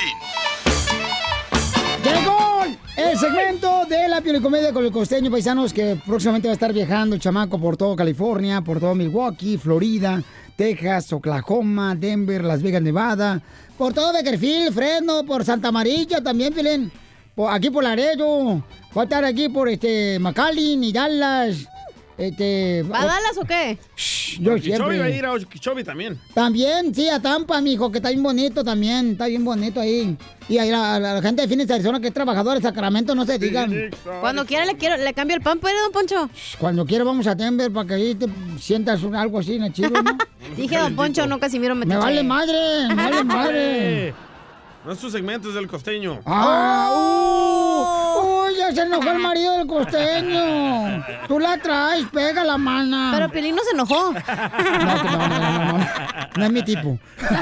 S3: de Llegó el segmento de la Piolicomedia con el costeño, paisanos, que próximamente va a estar viajando el chamaco por todo California, por todo Milwaukee, Florida, Texas, Oklahoma, Denver, Las Vegas, Nevada, por todo Bakersfield, Fresno, por Santa María también, Piolín, por, aquí por Laredo, va a estar aquí por este McAllen y Dallas. Este,
S4: ¿Va a Dallas o qué?
S3: yo
S5: Okeechobee
S3: siempre.
S5: va a ir a Okeechobee también.
S3: También, sí, a Tampa, mijo, que está bien bonito también, está bien bonito ahí. Y ahí la, la, la gente de Phoenix, Arizona, que es trabajadora de Sacramento, no se digan.
S4: Cuando quiera le quiero, le cambio el pamper, don Poncho.
S3: Cuando quiera vamos a Denver para que ahí te sientas un- algo así, ¿no? Chido, ¿no?
S4: Dije don Poncho, no Casimiro me
S3: Me vale madre, me vale madre.
S5: No es tu segmento, es del costeño.
S3: ¡Ah! ¡Uh! ¡Uy, ya se enojó el marido del costeño! Tú la traes, pega la mana.
S4: Pero Piolín no se enojó.
S3: No, que no, no, no, no, no, no es mi tipo.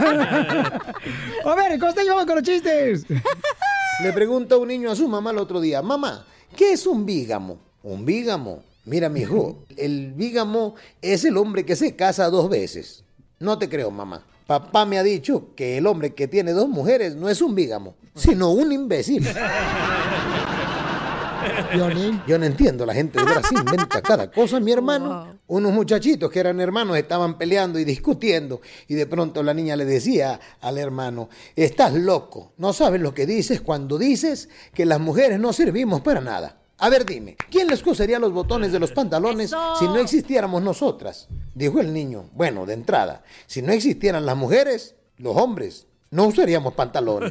S3: A ver, costeño, vamos con los chistes.
S22: Le pregunta un niño a su mamá el otro día, mamá, ¿qué es un bígamo? Un bígamo. Mira, mijo, el bígamo es el hombre que se casa dos veces. No te creo, mamá. Papá me ha dicho que el hombre que tiene dos mujeres no es un bígamo, sino un imbécil. Yo no entiendo, la gente de veras inventa cada cosa, mi hermano. Unos muchachitos que eran hermanos estaban peleando y discutiendo y de pronto la niña le decía al hermano, estás loco, no sabes lo que dices cuando dices que las mujeres no servimos para nada. A ver, dime, ¿quién les cosería los botones de los pantalones
S4: Eso.
S22: si no existiéramos nosotras? Dijo el niño. Bueno, de entrada, si no existieran las mujeres, los hombres no usaríamos pantalones.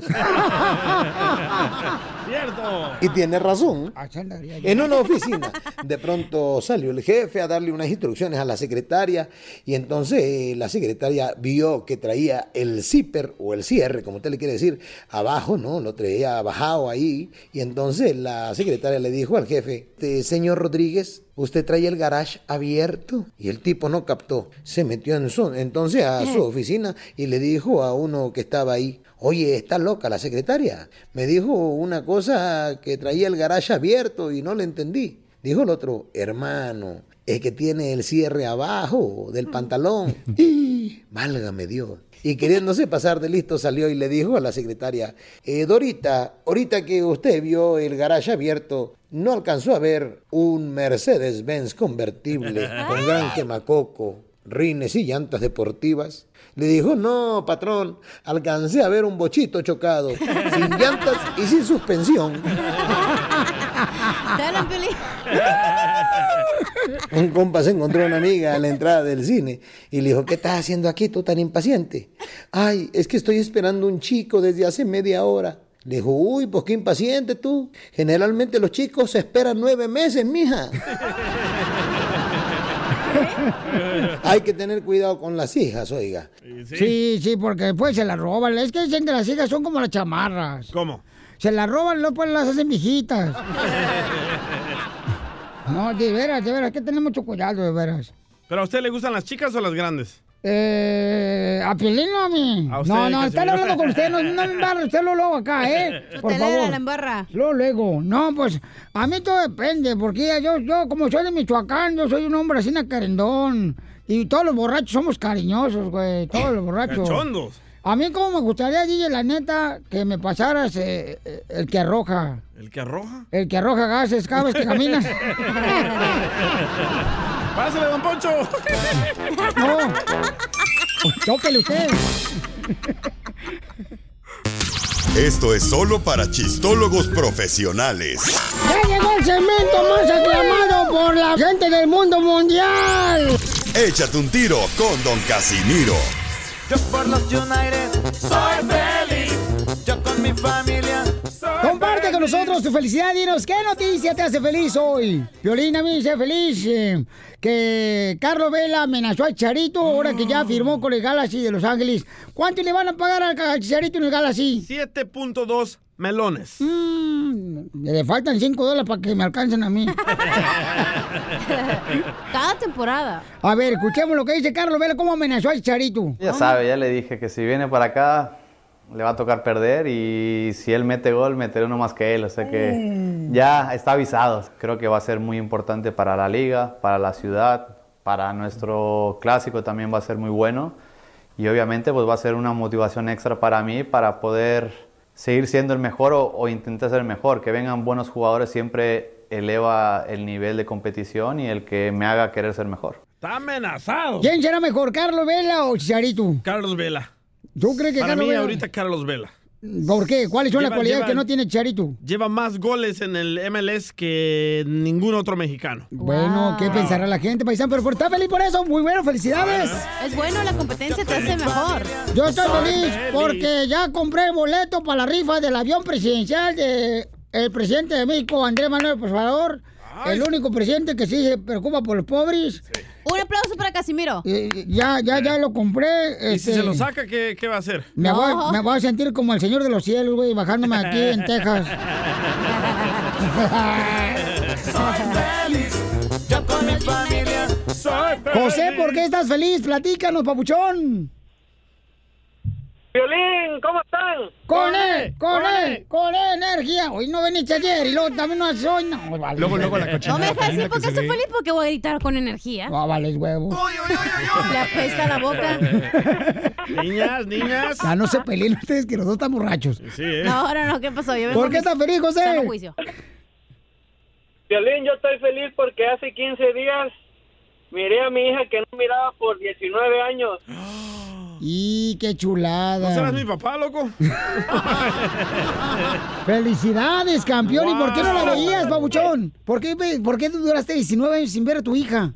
S5: Cierto.
S22: Y tiene razón. En una oficina, de pronto salió el jefe a darle unas instrucciones a la secretaria y entonces eh, la secretaria vio que traía el zipper o el cierre, como usted le quiere decir, abajo, ¿no? Lo traía bajado ahí y entonces la secretaria le dijo al jefe, "Este, señor Rodríguez, ¿usted trae el garage abierto?" Y el tipo no captó. Se metió en su, entonces a su oficina y le dijo a uno que estaba ahí, oye, está loca la secretaria. Me dijo una cosa que traía el garage abierto y no le entendí. Dijo el otro, hermano, es que tiene el cierre abajo del pantalón. ¡Y! Válgame Dios. Y queriéndose pasar de listo salió y le dijo a la secretaria, eh, Dorita, ahorita que usted vio el garage abierto, ¿no alcanzó a ver un Mercedes-Benz convertible con gran quemacoco, rines y llantas deportivas? Le dijo, no, patrón, alcancé a ver un bochito chocado, sin llantas y sin suspensión. Un compa se encontró una amiga a la entrada del cine y le dijo, ¿qué estás haciendo aquí tú tan impaciente? Ay, es que estoy esperando un chico desde hace media hora. Le dijo, uy, pues qué impaciente tú. Generalmente los chicos se esperan nueve meses, mija. Hay que tener cuidado con las hijas, oiga.
S3: Sí, sí, porque después se las roban. Es que dicen que las hijas son como las chamarras.
S5: ¿Cómo?
S3: Se las roban y después las hacen viejitas. No, de veras, de veras, hay que tener mucho cuidado, de veras.
S5: ¿Pero a usted le gustan las chicas o las grandes?
S3: Eh, a Piolín no a mí.
S5: A usted,
S3: no, no,
S5: Casimiro.
S3: está hablando con usted, no, no me embarre usted lo luego acá, ¿eh? Por
S4: Chotelera,
S3: favor.
S4: la embarra.
S3: Luego, luego. No, pues, a mí todo depende, porque yo, yo, como soy de Michoacán, yo soy un hombre así, carendón. Y todos los borrachos somos cariñosos, güey, todos los borrachos.
S5: Cachondos.
S3: A mí como me gustaría, D J, la neta, que me pasaras eh, eh, el que arroja.
S5: ¿El que arroja?
S3: El que arroja gases cada vez que caminas.
S5: ¡Pásale, don Poncho!
S3: No. Tóquele usted.
S2: Esto es solo para chistólogos profesionales.
S3: ¡Ya llegó el segmento más aclamado por la gente del mundo mundial!
S2: Échate un tiro con Don Casimiro.
S1: Yo por los United soy feliz. Yo con mi familia soy
S3: Comparte
S1: feliz.
S3: con nosotros tu felicidad. Dinos, ¿qué noticia te hace feliz hoy? Piolín, a mí me hace feliz eh, que Carlos Vela amenazó al Chicharito ahora que ya firmó con el Galaxy de Los Ángeles. ¿Cuánto le van a pagar al Chicharito en el Galaxy?
S5: siete punto dos melones.
S3: Mm, le faltan cinco dólares para que me alcancen a mí.
S4: Cada temporada.
S3: A ver, escuchemos lo que dice Carlos Vela, cómo amenazó al Chicharito.
S8: Ya sabe, ya le dije que si viene para acá le va a tocar perder y si él mete gol, meteré uno más que él. O sea que mm. ya está avisado. Creo que va a ser muy importante para la liga, para la ciudad, para nuestro clásico también va a ser muy bueno. Y obviamente pues va a ser una motivación extra para mí para poder seguir siendo el mejor o, o intentar ser el mejor. Que vengan buenos jugadores siempre eleva el nivel de competición y el que me haga querer ser mejor.
S5: Está amenazado.
S3: ¿Quién será mejor, Carlos Vela o Chicharito?
S5: Carlos Vela.
S3: ¿Tú crees que
S5: Para
S3: Carlos
S5: mí
S3: Vela?
S5: ahorita Carlos Vela.
S3: ¿Por qué? ¿Cuáles son
S5: Lleva-
S3: las cualidades
S5: lleva-
S3: que no tiene Chicharito?
S5: Lleva más goles en el M L S que ningún otro mexicano.
S3: Bueno, ¿qué pensará la gente, paisano? Pero por estar feliz por eso, muy bueno, felicidades.
S4: Es bueno, la competencia te hace mejor.
S3: Yo estoy
S4: Soy
S3: feliz
S4: feliz.
S3: porque ya compré el boleto para la rifa del avión presidencial de el presidente de México, Andrés Manuel López Obrador. El único presidente que sí se preocupa por los pobres.
S4: Un aplauso para Casimiro.
S3: Eh, ya, ya, ya lo compré.
S5: Y si
S3: este,
S5: se lo saca, ¿qué, qué va a hacer?
S3: Me, voy, me voy a sentir como el señor de los cielos, güey, bajándome aquí en Texas.
S1: Soy feliz. Yo con mi familia soy feliz.
S3: José, ¿por qué estás feliz? Platícanos, papuchón.
S23: Violín, ¿cómo están?
S3: Con él, con él, con él, energía. Hoy no veniste ayer y luego también no haces hoy. No, vale.
S4: No me dejas decir por qué estoy feliz porque voy a gritar con energía.
S3: Ah, vale, huevo.
S4: Le apesta la boca.
S5: Niñas, niñas.
S3: Ya no se peleen ustedes que los dos están borrachos.
S5: Sí, ¿eh?
S4: No, no, no, ¿qué pasó? Yo vengo
S3: ¿Por qué
S4: mis-
S3: estás feliz, José?
S4: sano juicio.
S23: Violín, yo estoy feliz porque hace quince días miré a mi hija que no miraba por diecinueve años.
S3: Y qué chulada.
S5: ¿No serás mi papá, loco?
S3: Felicidades, campeón. ¿Y por qué no la
S5: Wow.
S3: veías, babuchón? ¿Por qué, ¿Por qué duraste diecinueve años sin ver a tu hija?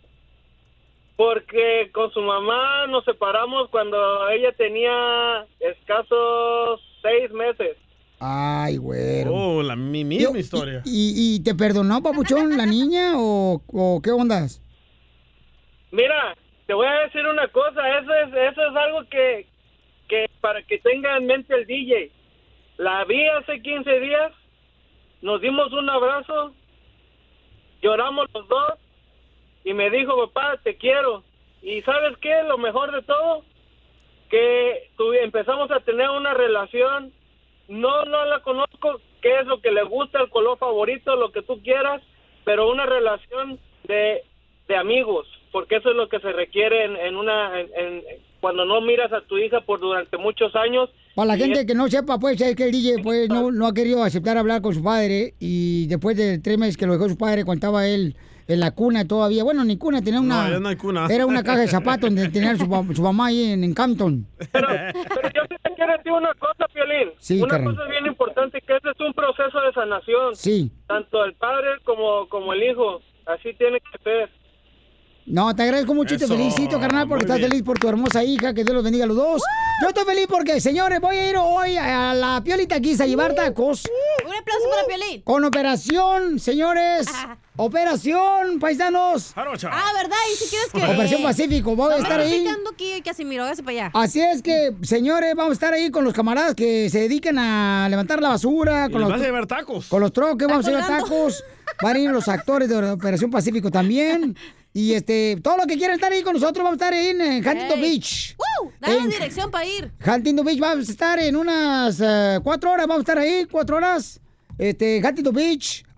S23: Porque con su mamá nos separamos cuando ella tenía escasos seis meses.
S3: Ay, güero.
S5: Oh, la mi misma historia.
S3: ¿Y, y te perdonó, papuchón, la niña o, o qué ondas?
S23: Mira, te voy a decir una cosa, eso es, eso es algo que, que para que tenga en mente el D J. La vi hace quince días, nos dimos un abrazo, lloramos los dos y me dijo, papá, te quiero. Y ¿sabes qué? Lo mejor de todo, que tuvi- empezamos a tener una relación, no, no la conozco, qué es lo que le gusta, el color favorito, lo que tú quieras, pero una relación de, de amigos, porque eso es lo que se requiere en, en una, en, en- cuando no miras a tu hija por durante muchos años.
S3: Para la
S23: Y
S3: gente
S23: es-
S3: que no sepa, pues, es que el D J pues, no, no ha querido aceptar hablar con su padre y después de tres meses que lo dejó su padre, cuando estaba él en la cuna todavía, bueno, ni cuna, tenía una...
S5: No, ya no hay cuna.
S3: Era una caja de zapatos donde tenía su, pa- su mamá ahí en, en Campton.
S23: Pero yo sí te quiero decir una cosa, Piolín.
S3: Sí,
S23: una
S3: carnal.
S23: cosa bien importante, que ese es un proceso de sanación.
S3: Sí.
S23: Tanto el padre como, como el hijo. Así tiene que ser.
S3: No, te agradezco mucho y te
S23: Eso,
S3: felicito, carnal, porque
S23: muy
S3: estás
S23: bien.
S3: feliz por tu hermosa hija, que Dios los bendiga a los dos. Yo estoy feliz porque, señores, voy a ir hoy a la Piolita Quiz a llevar tacos.
S4: Un aplauso para Piolín.
S3: Con operación, señores. Operación, paisanos.
S4: Ah, ¿verdad? Y si quieres que...
S3: Operación Pacífico, voy a estar ahí.
S4: Estamos aquí, Casimiro, hágase para allá.
S3: Así es que, señores, vamos a estar ahí con los camaradas que se dedican a levantar la basura.
S5: Y
S3: Con
S5: les
S3: los,
S5: vas a llevar tacos.
S3: Con los troques, vamos a llevar
S5: colgando.
S3: tacos. Van a ir los actores de Operación Pacífico también. Y este, todo lo que quieran estar ahí con nosotros, vamos a estar ahí en, en Huntington
S4: Ey.
S3: Beach.
S4: ¡Woo! Dame
S3: En-
S4: dirección para ir.
S3: Huntington Beach, vamos a estar en unas eh, cuatro horas, vamos a estar ahí, cuatro horas. Este, Huntington Beach,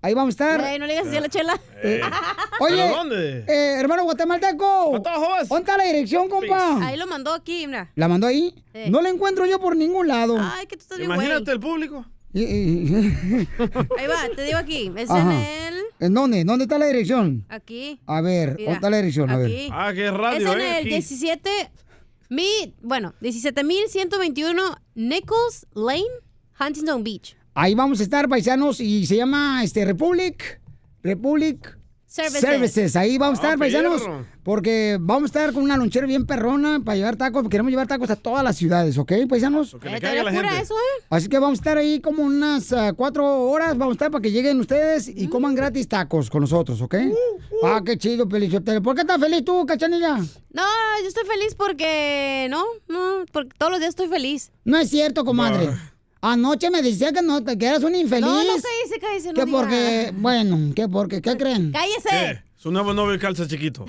S3: Ahí vamos a estar.
S4: Ey, no le digas así a la Chela.
S3: Eh, Oye,
S5: ¿Pero dónde?
S3: eh, hermano guatemalteco. ¿Dónde está la dirección, compa?
S4: Ahí lo mandó aquí, mira.
S3: ¿La mandó ahí?
S4: Sí.
S3: No la encuentro yo por ningún lado.
S4: Ay, que tú estás bien
S5: Imagínate
S4: güey.
S5: el público.
S4: Ahí va, te digo aquí. Es
S3: Ajá.
S4: en el...
S3: ¿En dónde? ¿Dónde está la dirección?
S4: Aquí.
S3: A ver,
S4: Mira,
S3: ¿dónde está la dirección? A ver.
S4: aquí.
S5: Ah, que es radio,
S4: Es en
S5: eh,
S4: el
S5: aquí.
S4: diecisiete mil, bueno, diecisiete mil ciento veintiuno Nichols Lane, Huntington Beach.
S3: Ahí vamos a estar, paisanos, y se llama este Republic, Republic
S4: Services.
S3: Services. Ahí vamos a estar,
S4: Ah,
S3: paisanos,
S4: perro.
S3: porque vamos a estar con una lonchera bien perrona para llevar tacos. Queremos llevar tacos a todas las ciudades, ¿ok, paisanos?
S4: Que le caiga la gente. Eso, ¿eh?
S3: Así que vamos a estar ahí como unas uh, cuatro horas, vamos a estar para que lleguen ustedes y coman gratis tacos con nosotros, ¿ok? Ah, qué chido, Pelichotero. ¿Por qué estás feliz tú, Cachanilla?
S4: No, yo estoy feliz porque, no, no, porque todos los días estoy feliz.
S3: No es cierto, comadre. Anoche me decía que no, que eras un infeliz.
S4: No, no cállese, cállese, no
S3: Que
S4: diga.
S3: porque, bueno, que porque, ¿qué creen?
S4: ¡Cállese!
S5: ¿Qué? Su nuevo novio calza chiquito.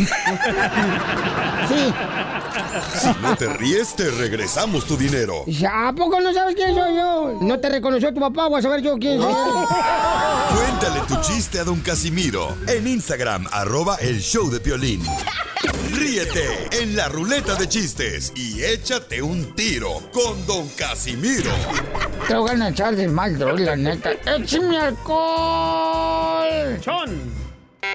S3: Sí.
S2: Si no te ríes, te regresamos tu dinero.
S3: ¿A poco no sabes quién soy yo? No te reconoció tu papá, voy a saber yo quién soy.
S2: Cuéntale tu chiste a don Casimiro en Instagram, arroba el show de Piolín. Ríete en la ruleta de chistes y échate un tiro con don Casimiro.
S3: Te voy a echar de mal, droga, la neta. ¡Échame alcohol!
S5: ¡Chon!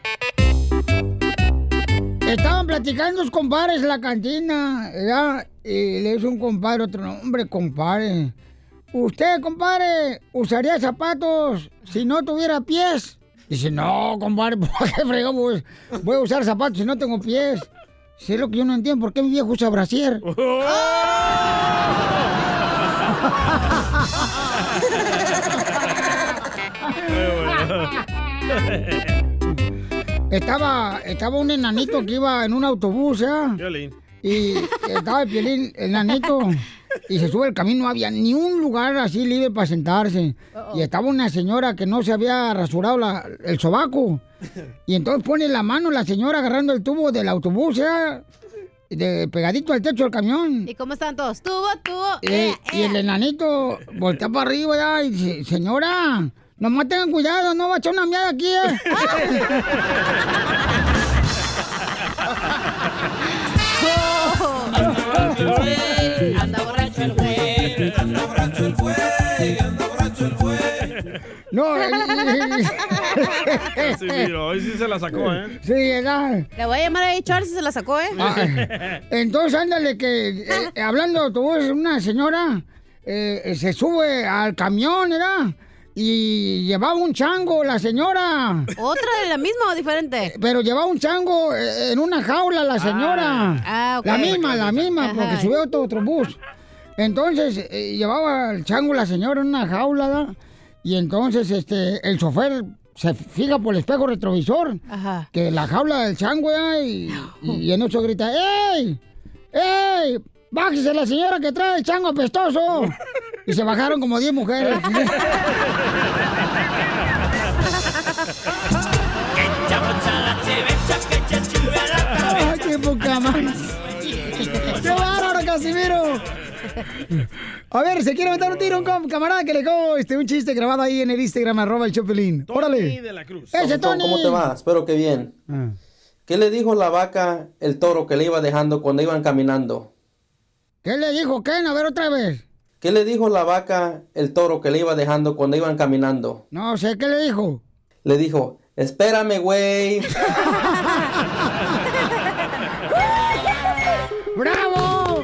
S3: Estaban platicando los compadres en la cantina, ¿verdad? Y le dice un compadre otro, no, hombre, compadre. ¿Usted, compadre, usaría zapatos si no tuviera pies? Dice, no, compadre, ¿por qué fregado voy, voy a usar zapatos si no tengo pies? Si es lo que yo no entiendo, ¿por qué mi viejo usa brasier? Estaba, estaba un enanito que iba en un autobús, ¿eh?
S5: Piolín.
S3: Y estaba el Piolín, enanito, y se sube el camino, no había ni un lugar así libre para sentarse. Y estaba una señora que no se había rasurado la- el sobaco. Y entonces pone la mano la señora agarrando el tubo del autobús, ¿eh? De, pegadito al techo del camión.
S4: ¿Y cómo están todos? Tubo, tubo.
S3: Eh, y el enanito voltea para arriba ya, y dice, señora, nomás tengan cuidado, no va a echar una miada aquí, ¿eh?
S10: Anda borracho el güey, anda borracho el güey, anda borracho el güey.
S3: No,
S5: Casimiro, hoy sí se la sacó, ¿eh?
S3: Sí, ¿verdad?
S4: Le voy a llamar a H R si se la sacó, ¿eh?
S3: Ah, entonces, ándale, que eh, hablando de autobús, una señora eh, se sube al camión, ¿verdad? Y llevaba un chango, la señora.
S4: ¿Otra de la misma o diferente?
S3: Pero llevaba un chango eh, en una jaula, la señora.
S4: Ah, ok.
S3: La misma, la misma,
S4: Ajá.
S3: porque subió otro, otro bus. Entonces, eh, llevaba el chango la señora en una jaula, ¿verdad? Y entonces, este, el chofer se fija por el espejo retrovisor.
S4: Ajá.
S3: Que la jaula del chango, ¿verdad? Y, y en eso grita, ¡ey! ¡Ey! ¡Bájese la señora que trae el chango apestoso! Y se bajaron como diez mujeres. ¡Ay, qué poca más! ¡Qué bárbaro, Casimiro! A ver, ¿se quiere meter un tiro un com- camarada que le dejó este, un chiste grabado ahí en el Instagram, arroba el Chopelín? ¡Órale!
S5: de la Cruz.
S3: ¡Ese Tony!
S9: ¿Cómo te va? Espero que bien.
S3: Ah.
S9: ¿Qué le dijo la vaca el toro que le iba dejando cuando iban caminando?
S3: ¿Qué le dijo Ken? A ver, otra vez.
S9: ¿Qué le dijo la vaca el toro que le iba dejando cuando iban caminando?
S3: No sé, ¿qué le dijo?
S9: Le dijo, espérame, güey.
S3: ¡Bravo!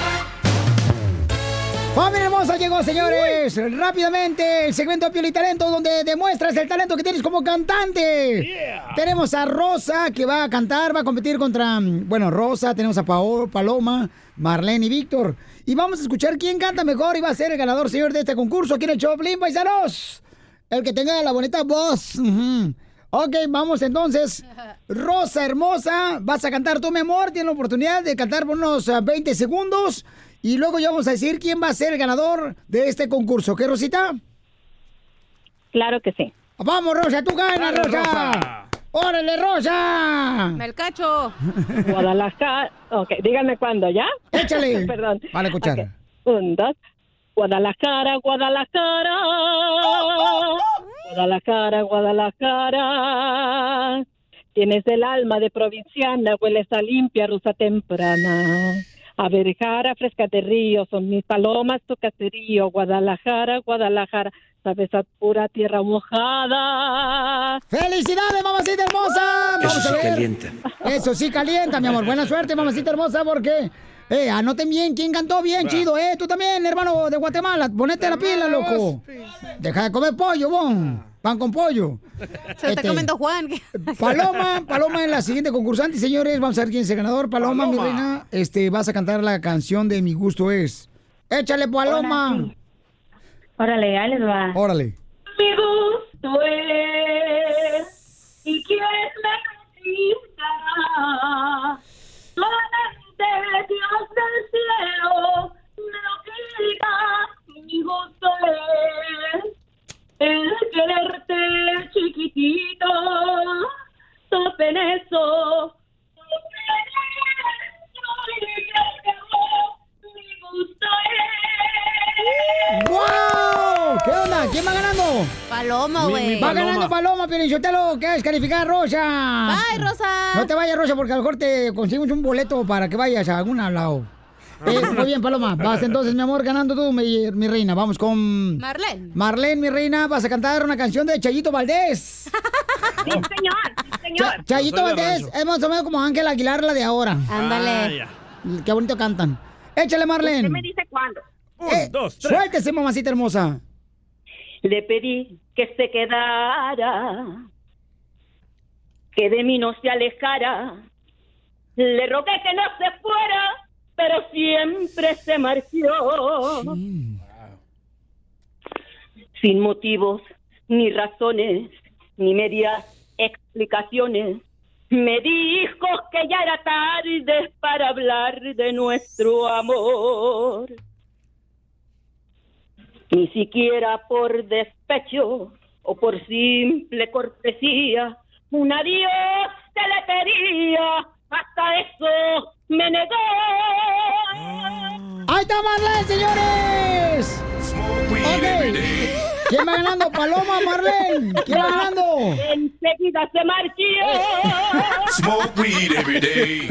S3: ¡Familia hermosa! Llegó, señores, rápidamente el segmento de Pioli Talento, donde demuestras el talento que tienes como cantante. Tenemos a Rosa, que va a cantar, va a competir contra, bueno, Rosa, tenemos a Pao- Paloma, Marlene y Víctor. Y vamos a escuchar quién canta mejor y va a ser el ganador, señor, de este concurso aquí en el Choplin, paisanos. El que tenga la bonita voz. Ujú. Ok, vamos entonces. Rosa hermosa, vas a cantar tú, mi amor. Tienes la oportunidad de cantar por unos ah, veinte segundos. Y luego ya vamos a decir quién va a ser el ganador de este concurso. ¿Qué, Rosita?
S13: Claro que sí.
S3: Vamos, Rosa, tú ganas,
S13: Dale,
S3: Rosa.
S13: Rosa.
S3: ¡Órale, Rosa!
S4: ¡Me el cacho!
S13: Guadalajara. Ok, díganme cuándo, ¿ya?
S3: Échale.
S13: Perdón.
S3: Vale, escuchar.
S13: Ok, un, dos. Guadalajara, Guadalajara. Guadalajara, Guadalajara. Tienes el alma de provinciana, hueles a limpia rusa temprana. A verjara, fresca de río, son mis palomas tu caserío. Guadalajara, Guadalajara, sabes a pura tierra mojada.
S3: ¡Felicidades, mamacita hermosa!
S7: Eso
S3: Vamos
S7: sí
S3: a ver.
S7: calienta.
S3: Eso sí calienta, mi amor. Buena suerte, mamacita hermosa, porque... Eh, anoten bien quién cantó bien, chido, eh. Tú también, hermano de Guatemala. Ponete la pila, loco. Deja de comer pollo, bon. Pan con pollo.
S4: Se está comiendo Juan.
S3: Paloma, Paloma es la siguiente concursante, señores. Vamos a ver quién es el ganador. Paloma,
S10: Paloma.
S3: mi reina, este, vas a cantar la canción de Mi Gusto Es. Échale, Paloma.
S11: Ahora sí. Órale, ahí les va.
S3: Órale.
S11: Mi gusto es, y quieres me necesita, solamente Dios del cielo me lo diga. Mi gusto es el quererte chiquitito, tope en eso. Mi gusto es.
S3: ¡Wow! ¿Qué onda? ¿Quién va ganando?
S4: Paloma, güey.
S3: Va ganando Paloma, Piolichotelo. ¿Qué es? Calificar Rosa.
S4: Bye, Rosa.
S3: No te vayas, Rosa, porque a lo mejor te conseguimos un boleto para que vayas a algún lado. Eh, muy bien, Paloma. Vas entonces, mi amor, ganando tú, mi, mi reina. Vamos con...
S4: Marlene.
S3: Marlene, mi reina, vas a cantar una canción de Chayito Valdés.
S11: Sí, señor, sí, señor.
S3: Cha- Chayito
S11: Yo soy de
S3: Valdés
S11: rancho.
S3: es más o menos como Ángel Aguilar, la de ahora.
S4: Ándale.
S5: Ah,
S3: Qué bonito cantan. Échale, Marlene.
S11: Usted me dice cuándo.
S3: Eh, Suéltese, mamacita hermosa.
S11: Le pedí que se quedara, que de mí no se alejara. Le rogué que no se fuera, pero siempre se marchó. Sin motivos, ni razones, ni medias explicaciones. Me dijo que ya era tarde para hablar de nuestro amor. Ni siquiera por despecho o por simple cortesía, un adiós te le pedía, hasta eso me negó.
S3: ¡Ahí está Marlene, señores! Ok. ¿Quién va ganando? ¿Paloma o Marlene? ¿Quién va ganando?
S11: Enseguida se marchó.
S10: Smoke weed every day.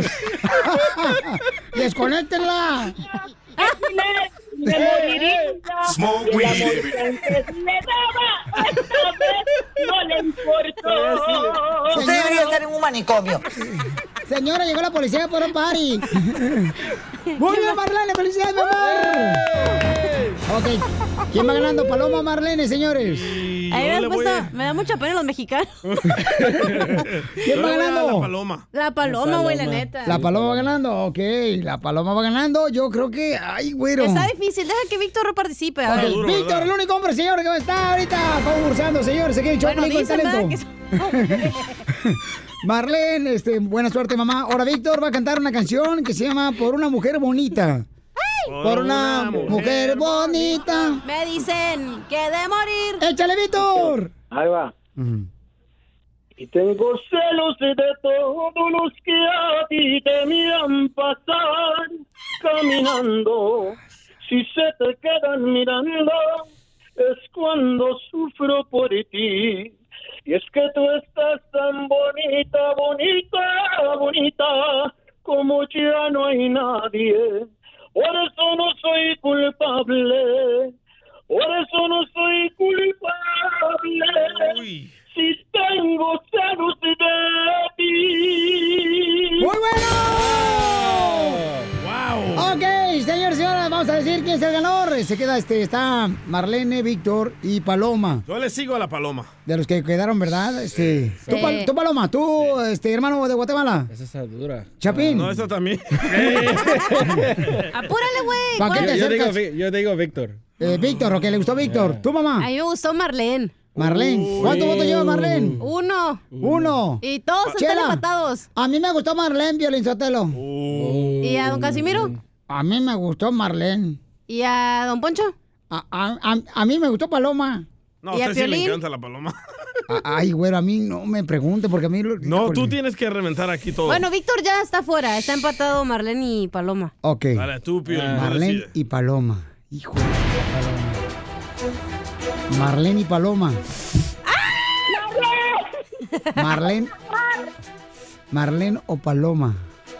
S3: ¡Desconéctenla!
S11: Me moriría.
S10: Smoke
S11: Y el
S10: weed
S11: amor
S10: every
S11: que antes le daba, esta vez no le importó.
S3: Usted debería estar en un manicomio. Señora, llegó la policía por un party. Muy bien, Marlene, felicidades, mi amor. Ok, ¿quién va ganando? ¿Paloma o Marlene, señores?
S4: Ahí me, has puesto- me da mucha pena los mexicanos.
S3: ¿Quién va ganando?
S5: La paloma.
S4: La paloma, güey, la neta.
S3: La paloma va ganando, ok. La paloma va ganando. Yo creo que. Ay, güero.
S4: Está difícil, deja que Víctor participe. A
S3: Ok,
S4: ver.
S3: Víctor, el único hombre, señor, que está ahorita concursando, señores. Aquí en el show
S4: Bueno,
S3: Pelín con
S4: dicen,
S3: talento. Marlene, este, buena suerte, mamá. Ahora Víctor va a cantar una canción que se llama Por una mujer bonita. Por una mujer bonita.
S4: Me dicen que de morir.
S3: ¡Échale, Víctor!
S23: Ahí va. Y tengo celos de todos los que a ti te miran pasar caminando. Si se te quedan mirando, es cuando sufro por ti. Y es que tú estás tan bonita, bonita, bonita, como ya no hay nadie. Por eso no soy culpable, por eso no soy culpable. Si tengo celos de ti.
S3: ¡Muy bueno! ¡Wow! Ok, señores y señoras, vamos a decir quién es el ganador. Se queda, este, está Marlene, Víctor y Paloma.
S5: Yo le sigo a la paloma.
S3: De los que quedaron, ¿verdad? Este,
S5: Sí.
S3: ¿tú, Pal- tú, Paloma, tú, este, hermano de Guatemala.
S14: Esa está dura.
S3: Chapín.
S5: No, eso también.
S4: Apúrale, güey.
S3: ¿Para qué
S14: Yo,
S3: te
S14: yo digo,
S3: acercas?
S14: Vi- yo digo Víctor.
S3: Eh, Víctor, ¿o qué le gustó Víctor? ¿Tu mamá?
S4: A mí me gustó Marlene.
S3: Marlene. ¿Cuántos votos lleva Marlene?
S4: Uno.
S3: Uno.
S4: Y todos están
S3: Chela.
S4: empatados.
S3: A mí me gustó Marlene, Violín Sotelo.
S4: ¿Y a don Casimiro?
S3: A mí me gustó Marlene.
S4: ¿Y a don Poncho?
S3: A, a, a, a mí me gustó Paloma.
S5: No, a
S4: ¿Y a
S5: usted sí le
S4: Piolín?
S5: encanta la paloma.
S3: A- Ay, güero, a mí no me pregunte porque a mí... lo-
S5: No, tú
S3: híjole.
S5: tienes que reventar aquí todo.
S4: Bueno, Víctor ya está fuera. Está empatado Marlene y Paloma.
S3: Ok.
S5: Dale, tú, Piolín, tú
S3: Marlene
S5: decides.
S3: y Paloma. Hijo de Paloma. Marlene y Paloma. Marlene. Marlene o Paloma.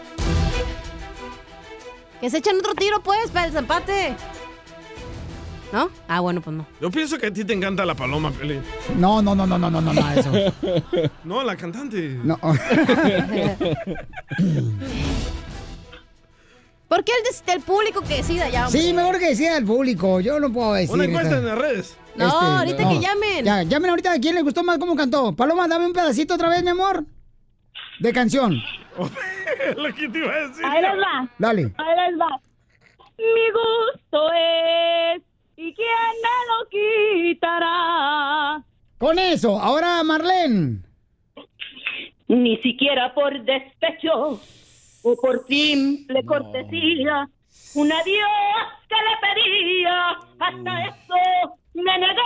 S4: Que se echen otro tiro, pues, para el desempate. ¿No? Ah, bueno, pues no.
S5: Yo pienso que a ti te encanta la paloma, Piolín.
S3: No, no, no, no, no, no, no, no, eso.
S5: No, la cantante.
S3: No.
S4: ¿Por qué el, des- el público que decida ya, hombre?
S3: Sí, mejor que decida el público. Yo no puedo decir.
S5: Una encuesta
S3: esta-
S5: en las redes.
S4: No, ahorita que llamen.
S3: Ya, llamen ahorita a quién le gustó más cómo cantó. Paloma, dame un pedacito otra vez, mi amor. De canción.
S5: Lo que te iba a decir.
S11: Ahí les va.
S3: Dale.
S11: Ahí les va. Mi gusto es, ¿y quién me lo quitará?
S3: Con eso, ahora Marlene.
S11: Ni siquiera por despecho o por simple cortesía, un adiós que le pedía, hasta eso me negué.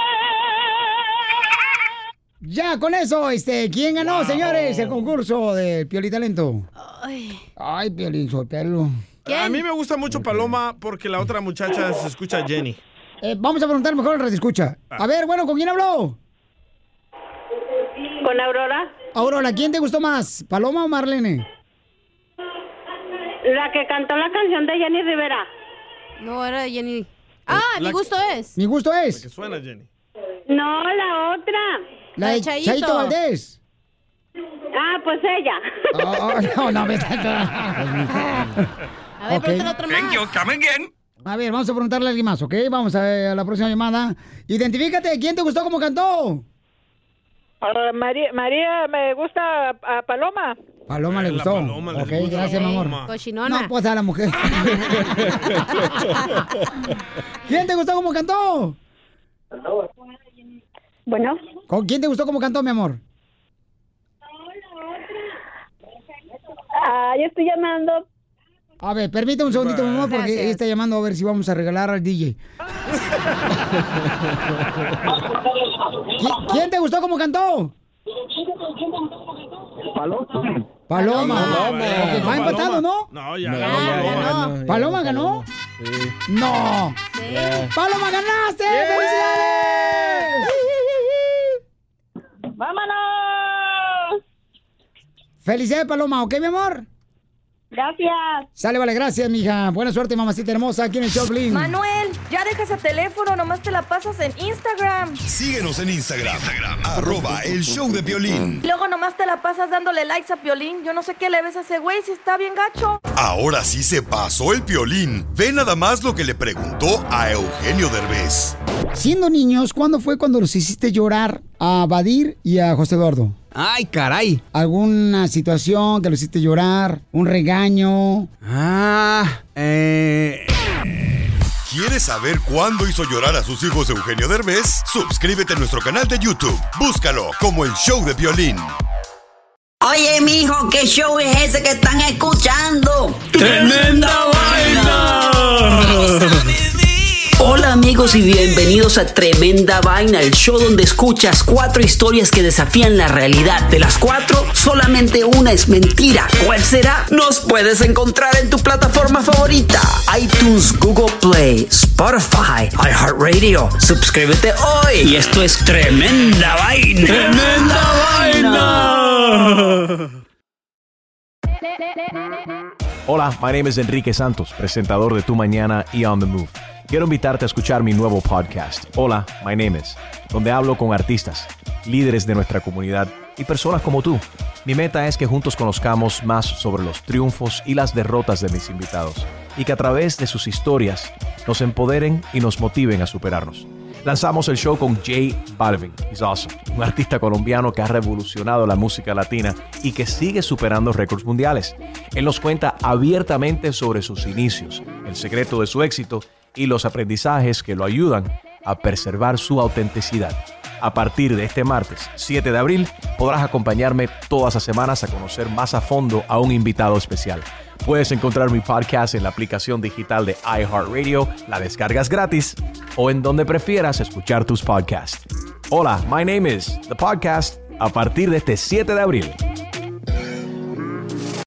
S3: Ya, con eso, este, ¿quién ganó, señores, el concurso de Piolitalento?
S4: Ay.
S3: Ay, Piolín Sotelo.
S5: A mí me gusta mucho Paloma porque la otra muchacha se escucha Jenny.
S3: Eh, vamos a preguntar mejor al radio escucha. A ver, bueno, ¿con quién habló?
S11: Con Aurora.
S3: Aurora, ¿quién te gustó más, Paloma o Marlene?
S11: La que cantó la canción de Jenny Rivera.
S4: No, era Jenny. Ah,
S5: La-
S4: mi gusto es.
S3: Mi gusto
S5: La
S3: es
S5: que suena Jenny.
S11: No, la otra.
S3: la de
S4: Chayito.
S3: Chaito Valdés.
S11: Ah, pues ella.
S3: Oh, oh, no, no, me está...
S4: A ver,
S3: Ok.
S4: pregúntale otro más.
S3: A ver, vamos a preguntarle a alguien más, ¿ok? Vamos a, ver a la próxima llamada. Identifícate, ¿quién te gustó cómo cantó?
S14: Ah, María, María, me gusta a, a Paloma.
S3: Paloma le
S5: La
S3: gustó.
S5: Paloma le
S3: ok,
S5: gusta la
S3: gracias, mi amor.
S5: Paloma.
S4: Cochinona.
S3: No, pues a la mujer. ¿Quién te gustó cómo cantó?
S11: Bueno.
S3: ¿Con quién te gustó cómo cantó, mi amor?
S11: Ah, yo estoy llamando.
S3: A ver, permítame un segundito, mi amor, porque
S4: Gracias.
S3: ella está llamando a ver si vamos a regalar al D J. ¿Qui- ¿Quién te gustó cómo cantó?
S21: Paloma.
S3: Paloma.
S5: Paloma.
S3: Ok, va empatado, ¿no?
S5: No, ya
S4: Ya,
S5: ganó
S4: ya
S5: Paloma.
S4: ganó.
S3: ¿Paloma ganó? No. ¡Paloma, ganaste! ¡Felicidades!
S11: ¡Vámonos!
S3: ¡Felicidades, Paloma! ¿Ok, mi amor?
S11: Gracias.
S3: Sale, vale, gracias, mija. Buena suerte, mamacita hermosa, aquí en el Choplin.
S15: Manuel, ya deja ese teléfono, nomás te la pasas en Instagram.
S2: Síguenos en Instagram, arroba el show de Piolín.
S15: Y luego nomás te la pasas dándole likes a Piolín. Yo no sé qué le ves a ese güey si está bien gacho.
S2: Ahora sí se pasó el Piolín. Ve nada más lo que le preguntó a Eugenio Derbez.
S3: Siendo niños, ¿cuándo fue cuando los hiciste llorar a Badir y a José Eduardo?
S18: Ay, caray.
S3: ¿Alguna situación que los hiciste llorar? ¿Un regaño?
S18: Ah, eh...
S2: ¿Quieres saber cuándo hizo llorar a sus hijos Eugenio Derbez? Suscríbete a nuestro canal de YouTube. Búscalo como el show de Piolín.
S24: Oye, mijo, ¿qué show es ese que están escuchando?
S10: ¡Tremenda Vaina!
S24: Hola amigos y bienvenidos a Tremenda Vaina, el show donde escuchas cuatro historias que desafían la realidad. De las cuatro, solamente una es mentira. ¿Cuál será? Nos puedes encontrar en tu plataforma favorita: iTunes, Google Play, Spotify, iHeartRadio. Suscríbete hoy. Y esto es Tremenda Vaina.
S10: ¡Tremenda Vaina!
S25: Hola, my name is Enrique Santos, presentador de Tu Mañana y On The Move. Quiero invitarte a escuchar mi nuevo podcast, Hola, my name is, donde hablo con artistas, líderes de nuestra comunidad y personas como tú. Mi meta es que juntos conozcamos más sobre los triunfos y las derrotas de mis invitados y que a través de sus historias nos empoderen y nos motiven a superarnos. Lanzamos el show con J Balvin, he's awesome, un artista colombiano que ha revolucionado la música latina y que sigue superando récords mundiales. Él nos cuenta abiertamente sobre sus inicios, el secreto de su éxito y los aprendizajes que lo ayudan a preservar su autenticidad. A partir de este martes, siete de abril, podrás acompañarme todas las semanas a conocer más a fondo a un invitado especial. Puedes encontrar mi podcast en la aplicación digital de iHeartRadio, la descargas gratis, o en donde prefieras escuchar tus podcasts. Hola, my name is The Podcast, a partir de este siete de abril.